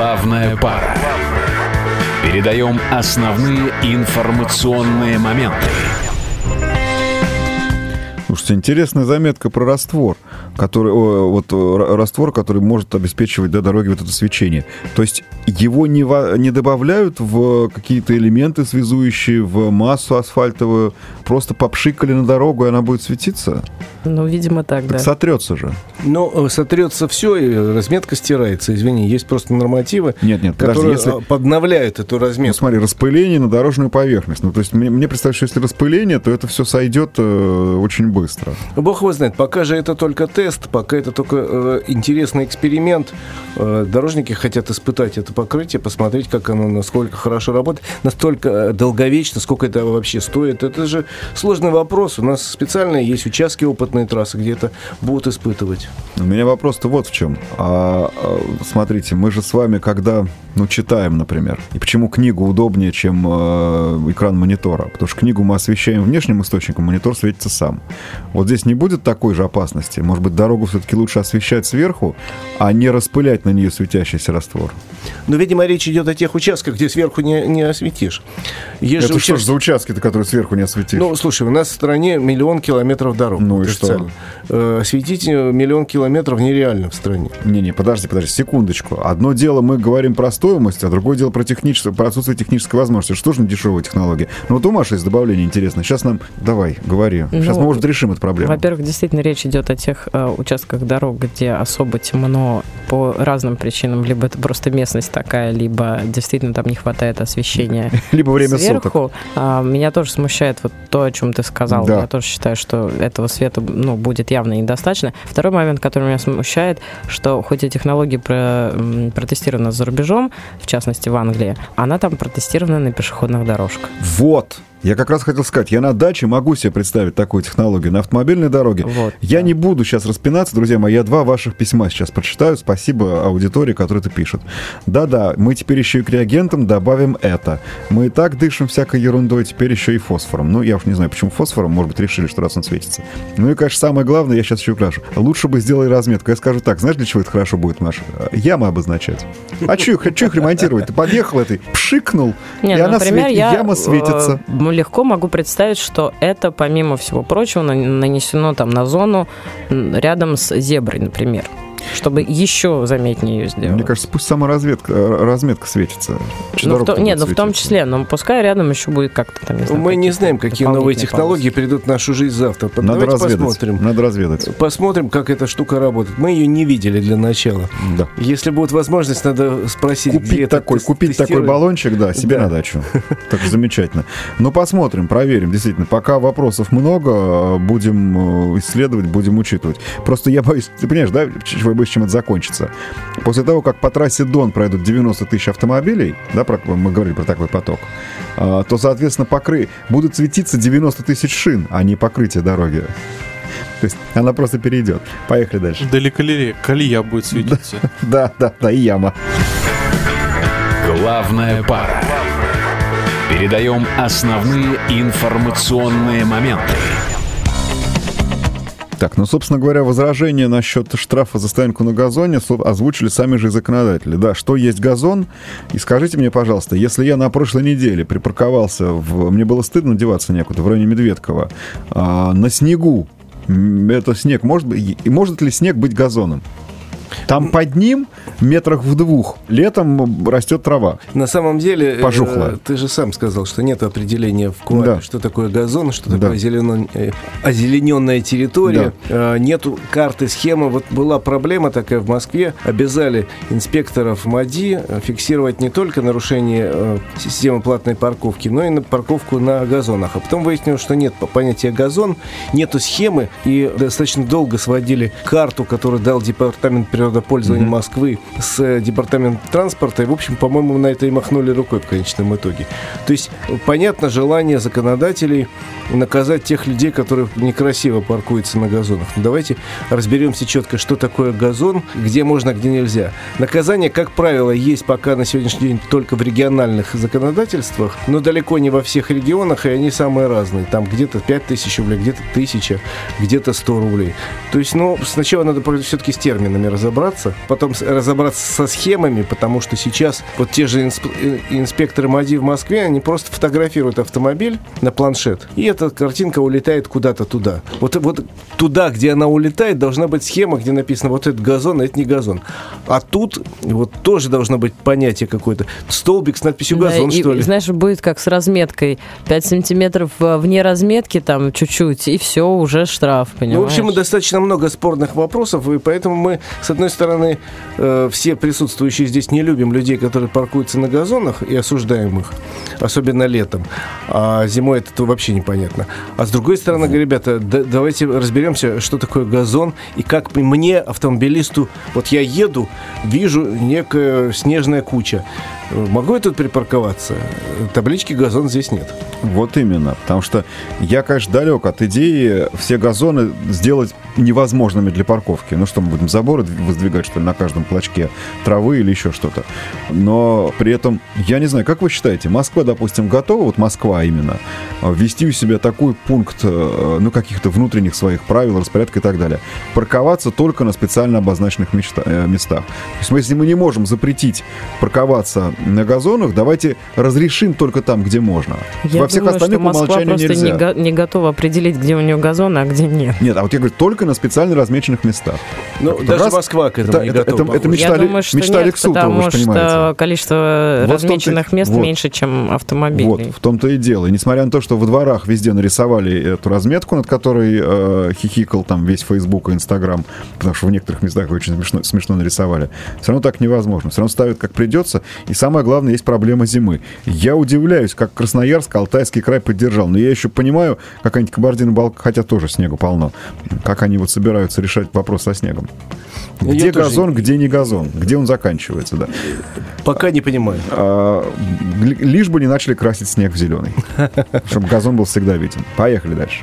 Главная пара. Передаем основные информационные моменты. Слушайте, интересная заметка про раствор, который, о, вот, раствор, который может обеспечивать до дороги вот это свечение. То есть его не, во, не добавляют в какие-то элементы, связующие в массу асфальтовую, просто попшикали на дорогу, и она будет светиться? Ну, видимо, так, так да. Сотрется же. Ну, сотрется все, и разметка стирается. Извини, есть просто нормативы, нет, нет, подожди, которые если... подновляют эту разметку. Ну, смотри, распыление на дорожную поверхность. Ну, то есть мне, мне представляется, что если распыление, то это все сойдет э, очень быстро. Бог его знает, пока же это только тест, пока это только э, интересный эксперимент. Э, дорожники хотят испытать это покрытие, посмотреть, как оно, насколько хорошо работает, настолько долговечно, сколько это вообще стоит. Это же сложный вопрос. У нас специально есть участки, опытные трассы, где это будут испытывать. У меня вопрос-то вот в чем. А, а, смотрите, мы же с вами, когда ну, читаем, например, и почему книгу удобнее, чем э, экран монитора? Потому что книгу мы освещаем внешним источником, монитор светится сам. Вот здесь не будет такой же опасности? Может быть, дорогу все-таки лучше освещать сверху, а не распылять на нее светящийся раствор? Но, видимо, речь идет о тех участках, где сверху не, не осветишь. Есть Это же что участ... ж за участки-то, которые сверху не осветишь? Ну, слушай, у нас в стране миллион километров дорог. Ну и что? Э, осветить миллион километров нереально в стране. Не-не, подожди, подожди, секундочку. Одно дело мы говорим про стоимость, а другое дело про, техническое, про отсутствие технической возможности. Что же не дешевая технология? Ну вот у Маши есть добавление интересное. Сейчас нам... Давай, говори. Сейчас ну, мы, может, решим эту проблему. Во-первых, действительно речь идет о тех э, участках дорог, где особо темно по разным причинам. Либо это просто местность такая, либо действительно там не хватает освещения. Либо время сверху. суток. А, меня тоже смущает вот то, о чем ты сказал. Да. Я тоже считаю, что этого света ну, будет явно недостаточно. Второй момент, который меня смущает, что хоть и технология про, протестирована за рубежом, в частности в Англии, она там протестирована на пешеходных дорожках. Вот. Я как раз хотел сказать, я на даче могу себе представить такую технологию. На автомобильной дороге. Вот, я да. не буду сейчас распинаться, друзья мои. Я два ваших письма сейчас прочитаю. Спасибо аудитории, которая это пишет. Да-да, мы теперь еще и к реагентам добавим это. Мы и так дышим всякой ерундой, теперь еще и фосфором. Ну, я уж не знаю, почему фосфором. Может быть, решили, что раз он светится. Ну и, конечно, самое главное, я сейчас еще украшу. Лучше бы сделали разметку. Я скажу так, знаешь, для чего это хорошо будет, Маша? Ямы обозначать. А что их, их ремонтировать? Ты подъехал этой, пшикнул, Нет, и она например, свет... я, яма светится. Легко могу представить, что это, помимо всего прочего, нанесено там на зону рядом с зеброй, например, чтобы еще заметнее ее сделать. Мне кажется, пусть сама разведка, разметка светится. Ну, в то, нет, ну в том числе, но пускай рядом еще будет как-то там, не знаю, мы не знаем, какие новые технологии полоски. Придут в нашу жизнь завтра. Надо Давайте разведать. посмотрим. Надо разведать. Посмотрим, как эта штука работает. Мы ее не видели для начала. Да. Если будет возможность, надо спросить, купить где такой, это Купить такой баллончик, да, себе да. на дачу. Так замечательно. Но посмотрим, проверим. Действительно, пока вопросов много, будем исследовать, будем учитывать. Просто я боюсь, ты понимаешь, да, чего я боюсь, чем это закончится. После того, как по трассе Дон пройдут девяносто тысяч автомобилей, да, про, мы говорили про такой поток, то, соответственно, покры... будут светиться девяносто тысяч шин, а не покрытие дороги. То есть она просто перейдет. Поехали дальше. Дали колея, колея будет светиться. Да, да, да, и яма. Главная пара. Передаем основные информационные моменты. Так, ну, собственно говоря, возражения насчет штрафа за стоянку на газоне озвучили сами же и законодатели. Да, что есть газон? И скажите мне, пожалуйста, если я на прошлой неделе припарковался, в... мне было стыдно деваться некуда, в районе Медведкова, а, на снегу, это снег может быть, и может ли снег быть газоном? Там под ним метрах в двух летом растет трава. На самом деле, пожухлая. Э, ты же сам сказал, что нет определения в КОАПе, да. что такое газон, что такое да. озеленен... озелененная территория. Да. Э, нету карты, схемы. Вот была проблема такая в Москве. Обязали инспекторов МАДИ фиксировать не только нарушение э, системы платной парковки, но и на парковку на газонах. А потом выяснилось, что нет понятия газон, нету схемы, и достаточно долго сводили карту, которую дал департамент природопользования mm-hmm. Москвы с департаментом транспорта, и, в общем, по-моему, на это и махнули рукой в конечном итоге. То есть, понятно, желание законодателей наказать тех людей, которые некрасиво паркуются на газонах. Но давайте разберемся четко, что такое газон, где можно, где нельзя. Наказание, как правило, есть пока на сегодняшний день только в региональных законодательствах, но далеко не во всех регионах, и они самые разные. Там где-то пять тысяч рублей, где-то тысяча, где-то сто рублей. То есть, ну, сначала надо все-таки с терминами разобраться. разобраться, потом разобраться со схемами, потому что сейчас вот те же инспекторы МАДИ в Москве, они просто фотографируют автомобиль на планшет, и эта картинка улетает куда-то туда. Вот, вот туда, где она улетает, должна быть схема, где написано вот этот газон, а это не газон. А тут вот тоже должно быть понятие какое-то. Столбик с надписью «газон», да, что и, ли? Знаешь, будет как с разметкой. пять сантиметров вне разметки, там чуть-чуть, и все, уже штраф, понимаешь? Ну, в общем, достаточно много спорных вопросов, и поэтому мы, с одной стороны, э, все присутствующие здесь не любим людей, которые паркуются на газонах, и осуждаем их, особенно летом. А зимой это вообще непонятно. А с другой стороны, говорю, ребята, да, давайте разберемся, что такое газон, и как мне, автомобилисту, вот я еду, вижу некая снежная куча. Могу я тут припарковаться? Таблички «газон» здесь нет. Вот именно. Потому что я, конечно, далек от идеи все газоны сделать невозможными для парковки. Ну что, мы будем заборы воздвигать, что ли, на каждом клочке травы или еще что-то. Но при этом, я не знаю, как вы считаете, Москва, допустим, готова, вот Москва именно, ввести у себя такой пункт, ну, каких-то внутренних своих правил, распорядка и так далее, парковаться только на специально обозначенных местах. То есть, если мы не можем запретить парковаться на газонах, давайте разрешим только там, где можно. Я Во всех думаю, остальных что Москва умолчанию просто нельзя. Не, го- не готова определить, где у нее газон, а где нет. Нет, а вот я говорю, только на специально размеченных местах. Ну, Вот даже раз, Москва к этому это, не это, готова. это, это мечта, Я думаю, что мечта нет, Лексутова, потому вы же понимаете. что количество Вот размеченных мест вот. меньше, чем автомобилей. Вот, в том-то и дело. И несмотря на то, что во дворах везде нарисовали эту разметку, над которой э, хихикал там весь Facebook и Instagram, потому что в некоторых местах очень смешно, смешно нарисовали, все равно так невозможно. Все равно ставят как придется. И самое главное, есть проблема зимы. Я удивляюсь, как Красноярск, Алтайский край поддержал. Но я еще понимаю, какая-нибудь Кабардино-Балкария, хотя тоже снегу полно, как они вот собираются решать вопрос со снегом. Где Я газон, тоже... где не газон? Где он заканчивается, да? Пока не понимаю. А, лишь бы не начали красить снег в зеленый. Чтобы газон был всегда виден. Поехали дальше.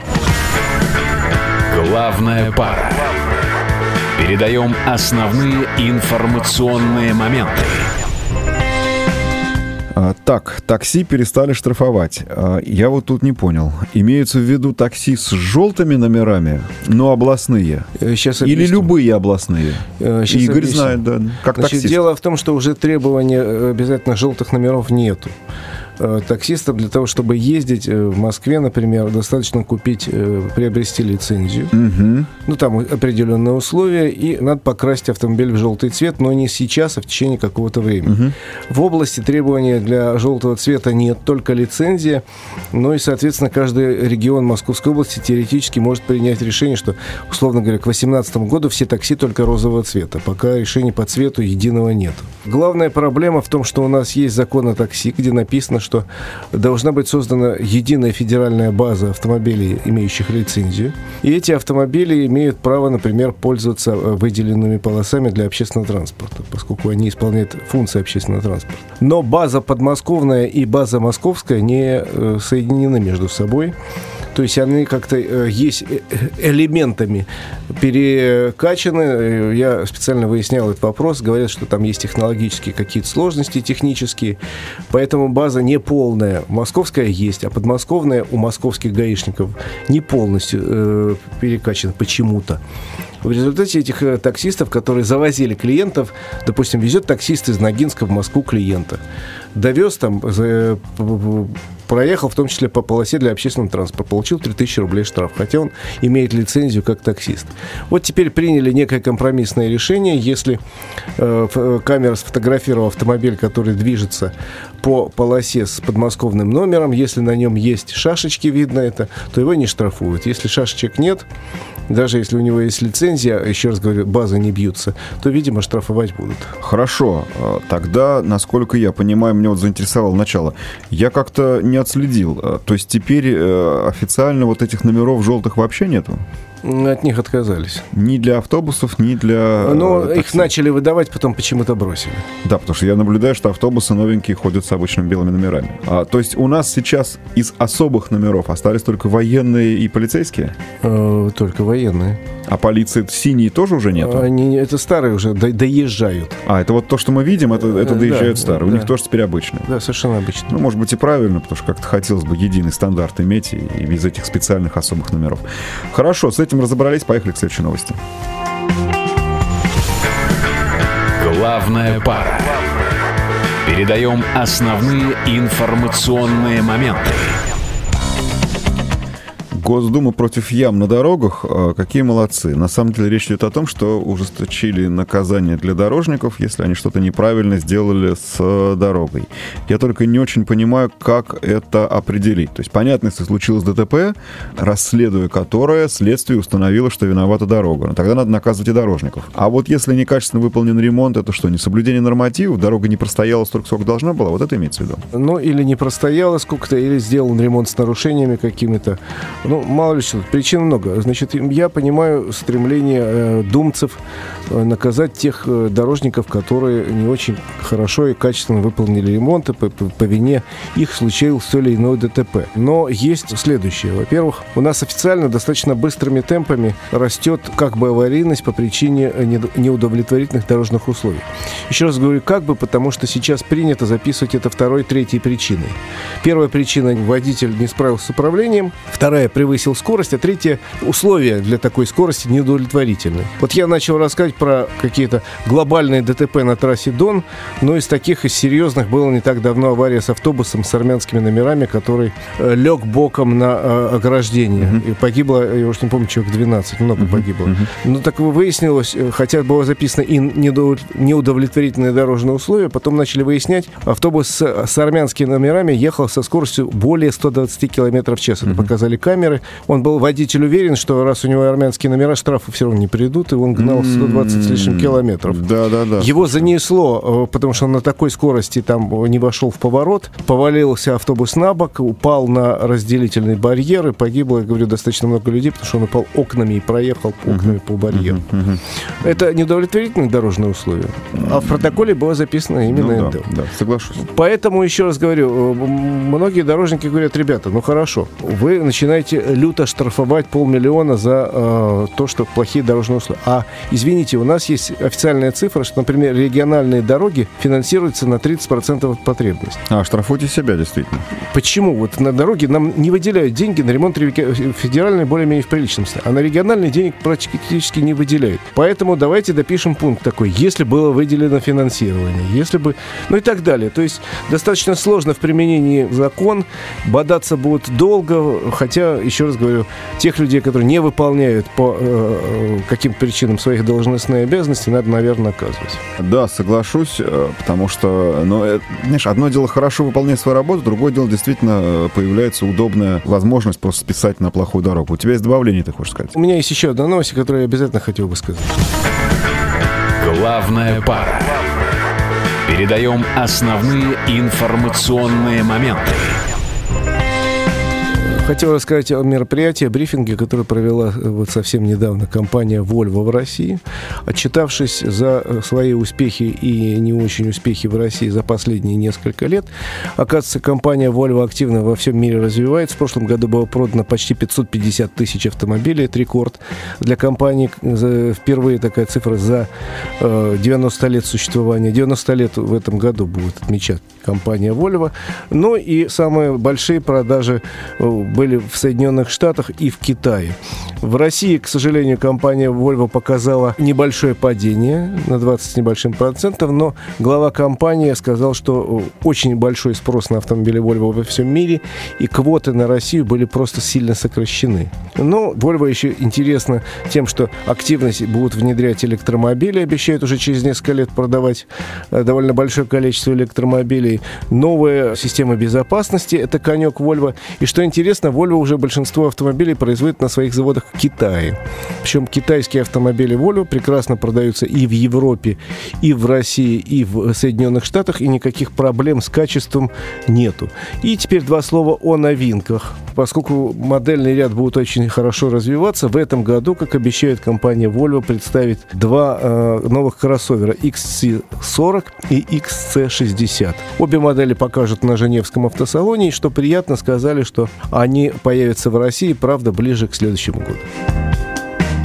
Главная пара. Передаем основные информационные моменты. А, так, такси перестали штрафовать. А, я вот тут не понял. Имеются в виду такси с желтыми номерами, но областные? Сейчас Или объясню. любые областные? Сейчас Игорь объясню. знает, да. Как Значит, таксист. дело в том, что уже требования обязательно желтых номеров нету. Таксистам для того, чтобы ездить в Москве, например, достаточно купить, приобрести лицензию. Угу. Ну, там определенные условия, и надо покрасить автомобиль в желтый цвет, но не сейчас, а в течение какого-то времени. Угу. В области требования для желтого цвета нет, только лицензия. Ну и, соответственно, каждый регион Московской области теоретически может принять решение, что, условно говоря, к две тысячи восемнадцатому году все такси только розового цвета. Пока решения по цвету единого нет. Главная проблема в том, что у нас есть закон о такси, где написано, что должна быть создана единая федеральная база автомобилей, имеющих лицензию. И эти автомобили имеют право, например, пользоваться выделенными полосами для общественного транспорта, поскольку они исполняют функции общественного транспорта. Но база подмосковная и база московская не соединены между собой. То есть они как-то э, есть элементами перекачаны. Я специально выяснял этот вопрос. Говорят, что там есть технологические какие-то сложности технические. Поэтому база не полная. Московская есть, а подмосковная у московских гаишников не полностью э, перекачана почему-то. В результате этих э, таксистов, которые завозили клиентов, допустим, везет таксист из Ногинска в Москву клиента, довез там, э, проехал в том числе по полосе для общественного транспорта, получил три тысячи рублей штраф, хотя он имеет лицензию как таксист. Вот теперь приняли некое компромиссное решение. Если э, камера сфотографировала автомобиль, который движется по полосе с подмосковным номером, если на нем есть шашечки, видно это, то его не штрафуют. Если шашечек нет, даже если у него есть лицензия, еще раз говорю, базы не бьются, то, видимо, штрафовать будут. Хорошо. Тогда, насколько я понимаю, меня вот заинтересовало начало. Я как-то не отследил. То есть теперь официально вот этих номеров желтых вообще нету? От них отказались. Ни для автобусов, ни для... Но э, их начали выдавать, потом почему-то бросили. Да, потому что я наблюдаю, что автобусы новенькие ходят с обычными белыми номерами. А, то есть у нас сейчас из особых номеров остались только военные и полицейские? Э, только военные. А полиции синие тоже уже нету? Они, это старые уже, до, доезжают. А, это вот то, что мы видим, это, это доезжают да, старые. У да. них тоже теперь обычные. Да, совершенно обычно. Ну, может быть, и правильно, потому что как-то хотелось бы единый стандарт иметь и, и без этих специальных особых номеров. Хорошо, с этим разобрались, поехали к следующей новости. Главная пара. Передаем основные информационные моменты. Госдума против ям на дорогах. Какие молодцы. На самом деле речь идет о том, что ужесточили наказание для дорожников, если они что-то неправильно сделали с дорогой. Я только не очень понимаю, как это определить. То есть понятно, если случилось ДТП, расследуя которое, следствие установило, что виновата дорога. Но тогда надо наказывать и дорожников. А вот если некачественно выполнен ремонт, это что, несоблюдение нормативов? Дорога не простояла столько, сколько должна была? Вот это имеется в виду? Ну, или не простояла сколько-то, или сделан ремонт с нарушениями какими-то. Ну, мало ли что, причин много. Значит, я понимаю стремление э, думцев э, наказать тех э, дорожников, которые не очень хорошо и качественно выполнили ремонт, и по, по, по вине их случилось то или иное ДТП. Но есть следующее. Во-первых, у нас официально достаточно быстрыми темпами растет как бы аварийность по причине неудовлетворительных дорожных условий. Еще раз говорю, как бы, потому что сейчас принято записывать это второй, третьей причиной. Первая причина – водитель не справился с управлением. Вторая – превысил скорость, а третье – условия для такой скорости неудовлетворительны. Вот я начал рассказывать про какие-то глобальные ДТП на трассе Дон, но из таких, из серьезных, было не так давно авария с автобусом с армянскими номерами, который э, лег боком на э, ограждение. Uh-huh. И погибло, я уж не помню, человек двенадцать, много uh-huh. погибло. Uh-huh. Ну, так выяснилось, хотя было записано и неудовлетворительные дорожные условия, потом начали выяснять, автобус с, с армянскими номерами ехал со скоростью более сто двадцать километров в час. Это uh-huh. показали камеры. Он был, водитель, уверен, что раз у него армянские номера, штрафы все равно не придут, и он гнал сто двадцать с лишним километров. Да, да, да. Его занесло, потому что он на такой скорости там не вошел в поворот, повалился автобус на бок, упал на разделительный барьер, и погибло, я говорю, достаточно много людей, потому что он упал окнами и проехал окнами uh-huh. по барьеру. Uh-huh. Uh-huh. Это неудовлетворительные дорожные условия. А в протоколе было записано именно ну, это. Да, да, соглашусь. Поэтому, еще раз говорю, многие дорожники говорят: ребята, ну хорошо, вы начинаете люто штрафовать полмиллиона за э, то, что плохие дорожные условия. А, извините, у нас есть официальная цифра, что, например, региональные дороги финансируются на тридцать процентов от потребности. А, штрафуйте себя, действительно. Почему? Вот на дороге нам не выделяют деньги на ремонт федеральной более-менее в приличном состоянии, а на региональные денег практически не выделяют. Поэтому давайте допишем пункт такой: если было выделено финансирование, если бы... Ну и так далее. То есть достаточно сложно в применении закон, бодаться будут долго, хотя, еще раз говорю, тех людей, которые не выполняют по э, каким-то причинам своих должностных обязанностей, надо, наверное, наказывать. Да, соглашусь, потому что, ну, это, знаешь, одно дело хорошо выполнять свою работу, другое дело действительно появляется удобная возможность просто списать на плохую дорогу. У тебя есть добавление, ты хочешь сказать? У меня есть еще одна новость, которую я обязательно хотел бы сказать. Главная пара. Передаем основные информационные моменты. Хотел рассказать о мероприятии, о брифинге, который провела вот совсем недавно компания Volvo в России. Отчитавшись за свои успехи и не очень успехи в России за последние несколько лет, оказывается, компания Volvo активно во всем мире развивается. В прошлом году было продано почти пятьсот пятьдесят тысяч автомобилей. Это рекорд для компании. Впервые такая цифра за девяносто лет существования. девяносто лет в этом году будет отмечать компания Volvo. Ну и самые большие продажи были в Соединенных Штатах и в Китае. В России, к сожалению, компания Volvo показала небольшое падение на двадцать с небольшим процентов, но глава компании сказал, что очень большой спрос на автомобили Volvo во всем мире, и квоты на Россию были просто сильно сокращены. Но Volvo еще интересно тем, что активность будут внедрять электромобили, обещают уже через несколько лет продавать довольно большое количество электромобилей. Новая система безопасности — это конек Volvo. И что интересно, Volvo уже большинство автомобилей производит на своих заводах в Китае. Причем китайские автомобили Volvo прекрасно продаются и в Европе, и в России, и в Соединенных Штатах, и никаких проблем с качеством нету. И теперь два слова о новинках. Поскольку модельный ряд будет очень хорошо развиваться, в этом году, как обещает компания Volvo, представит два э, новых кроссовера: икс си сорок и икс си шестьдесят. Обе модели покажут на Женевском автосалоне, и, что приятно, сказали, что они появятся в России, правда, ближе к следующему году.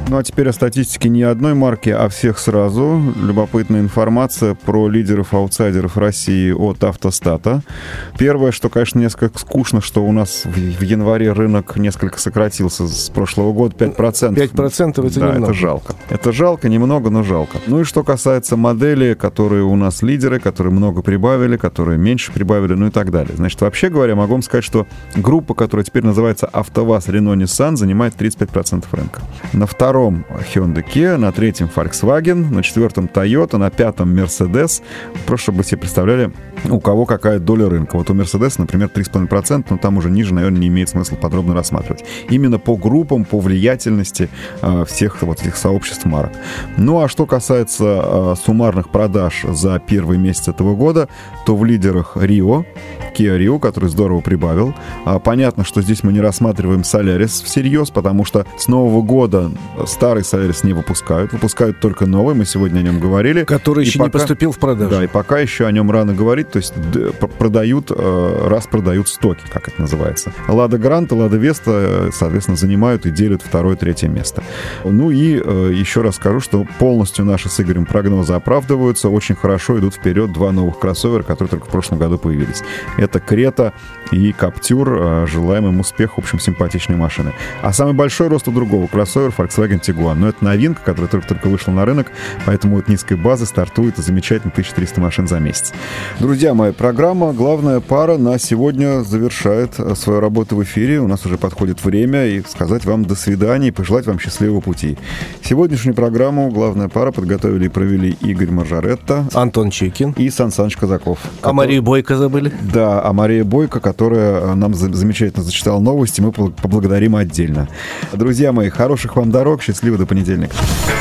Ну а теперь о статистике не одной марки, а всех сразу. Любопытная информация про лидеров-аутсайдеров России от Автостата. Первое, что, конечно, несколько скучно, что у нас в, в январе рынок несколько сократился с прошлого года, пять процентов. пять процентов это да, немного. это жалко. Это жалко, немного, но жалко. Ну и что касается моделей, которые у нас лидеры, которые много прибавили, которые меньше прибавили, ну и так далее. Значит, вообще говоря, могу вам сказать, что группа, которая теперь называется АвтоВАЗ, Renault, Nissan, занимает тридцать пять процентов рынка. На втором Hyundai Kia, на третьем Volkswagen, на четвертом Toyota, на пятом Mercedes. Просто чтобы вы себе представляли, у кого какая доля рынка. Вот у Mercedes, например, три целых пять десятых процента, но там уже ниже, наверное, не имеет смысла подробно рассматривать. Именно по группам, по влиятельности э, всех вот этих сообществ марок. Ну а что касается э, суммарных продаж за первый месяц этого года, то в лидерах Rio, Kia Rio, который здорово прибавил. А, понятно, что здесь мы не рассматриваем Solaris всерьез, потому что с нового года старый Solaris не выпускают, выпускают только новый, мы сегодня о нем говорили. Который еще пока, не поступил в продажу. Да, и пока еще о нем рано говорить, то есть продают, раз продают стоки, как это называется. Лада Гранта, Лада Веста, соответственно, занимают и делят второе-третье место. Ну и еще раз скажу, что полностью наши с Игорем прогнозы оправдываются, очень хорошо идут вперед два новых кроссовера, которые только в прошлом году появились. Это Крета и Каптюр. Желаем им успеха, в общем, симпатичные машины. А самый большой рост у другого кроссовера Volkswagen Tiguan. Но это новинка, которая только-только вышла на рынок, поэтому от низкой базы стартует замечательно тысяча триста машин за месяц. Друзья мои, программа «Главная пара» на сегодня завершает свою работу в эфире. У нас уже подходит время и сказать вам до свидания и пожелать вам счастливого пути. Сегодняшнюю программу «Главная пара» подготовили и провели Игорь Маржаретта, Антон Чикин и Сан Саныч Казаков. А Марию Бойко забыли? Да, а Мария Бойко, которая нам замечательно зачитала новости, мы поблагодарим отдельно. Друзья мои, хороших вам дорог, счастливо до понедельника.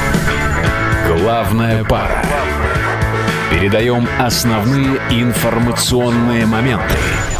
Главная пара. Передаем основные информационные моменты.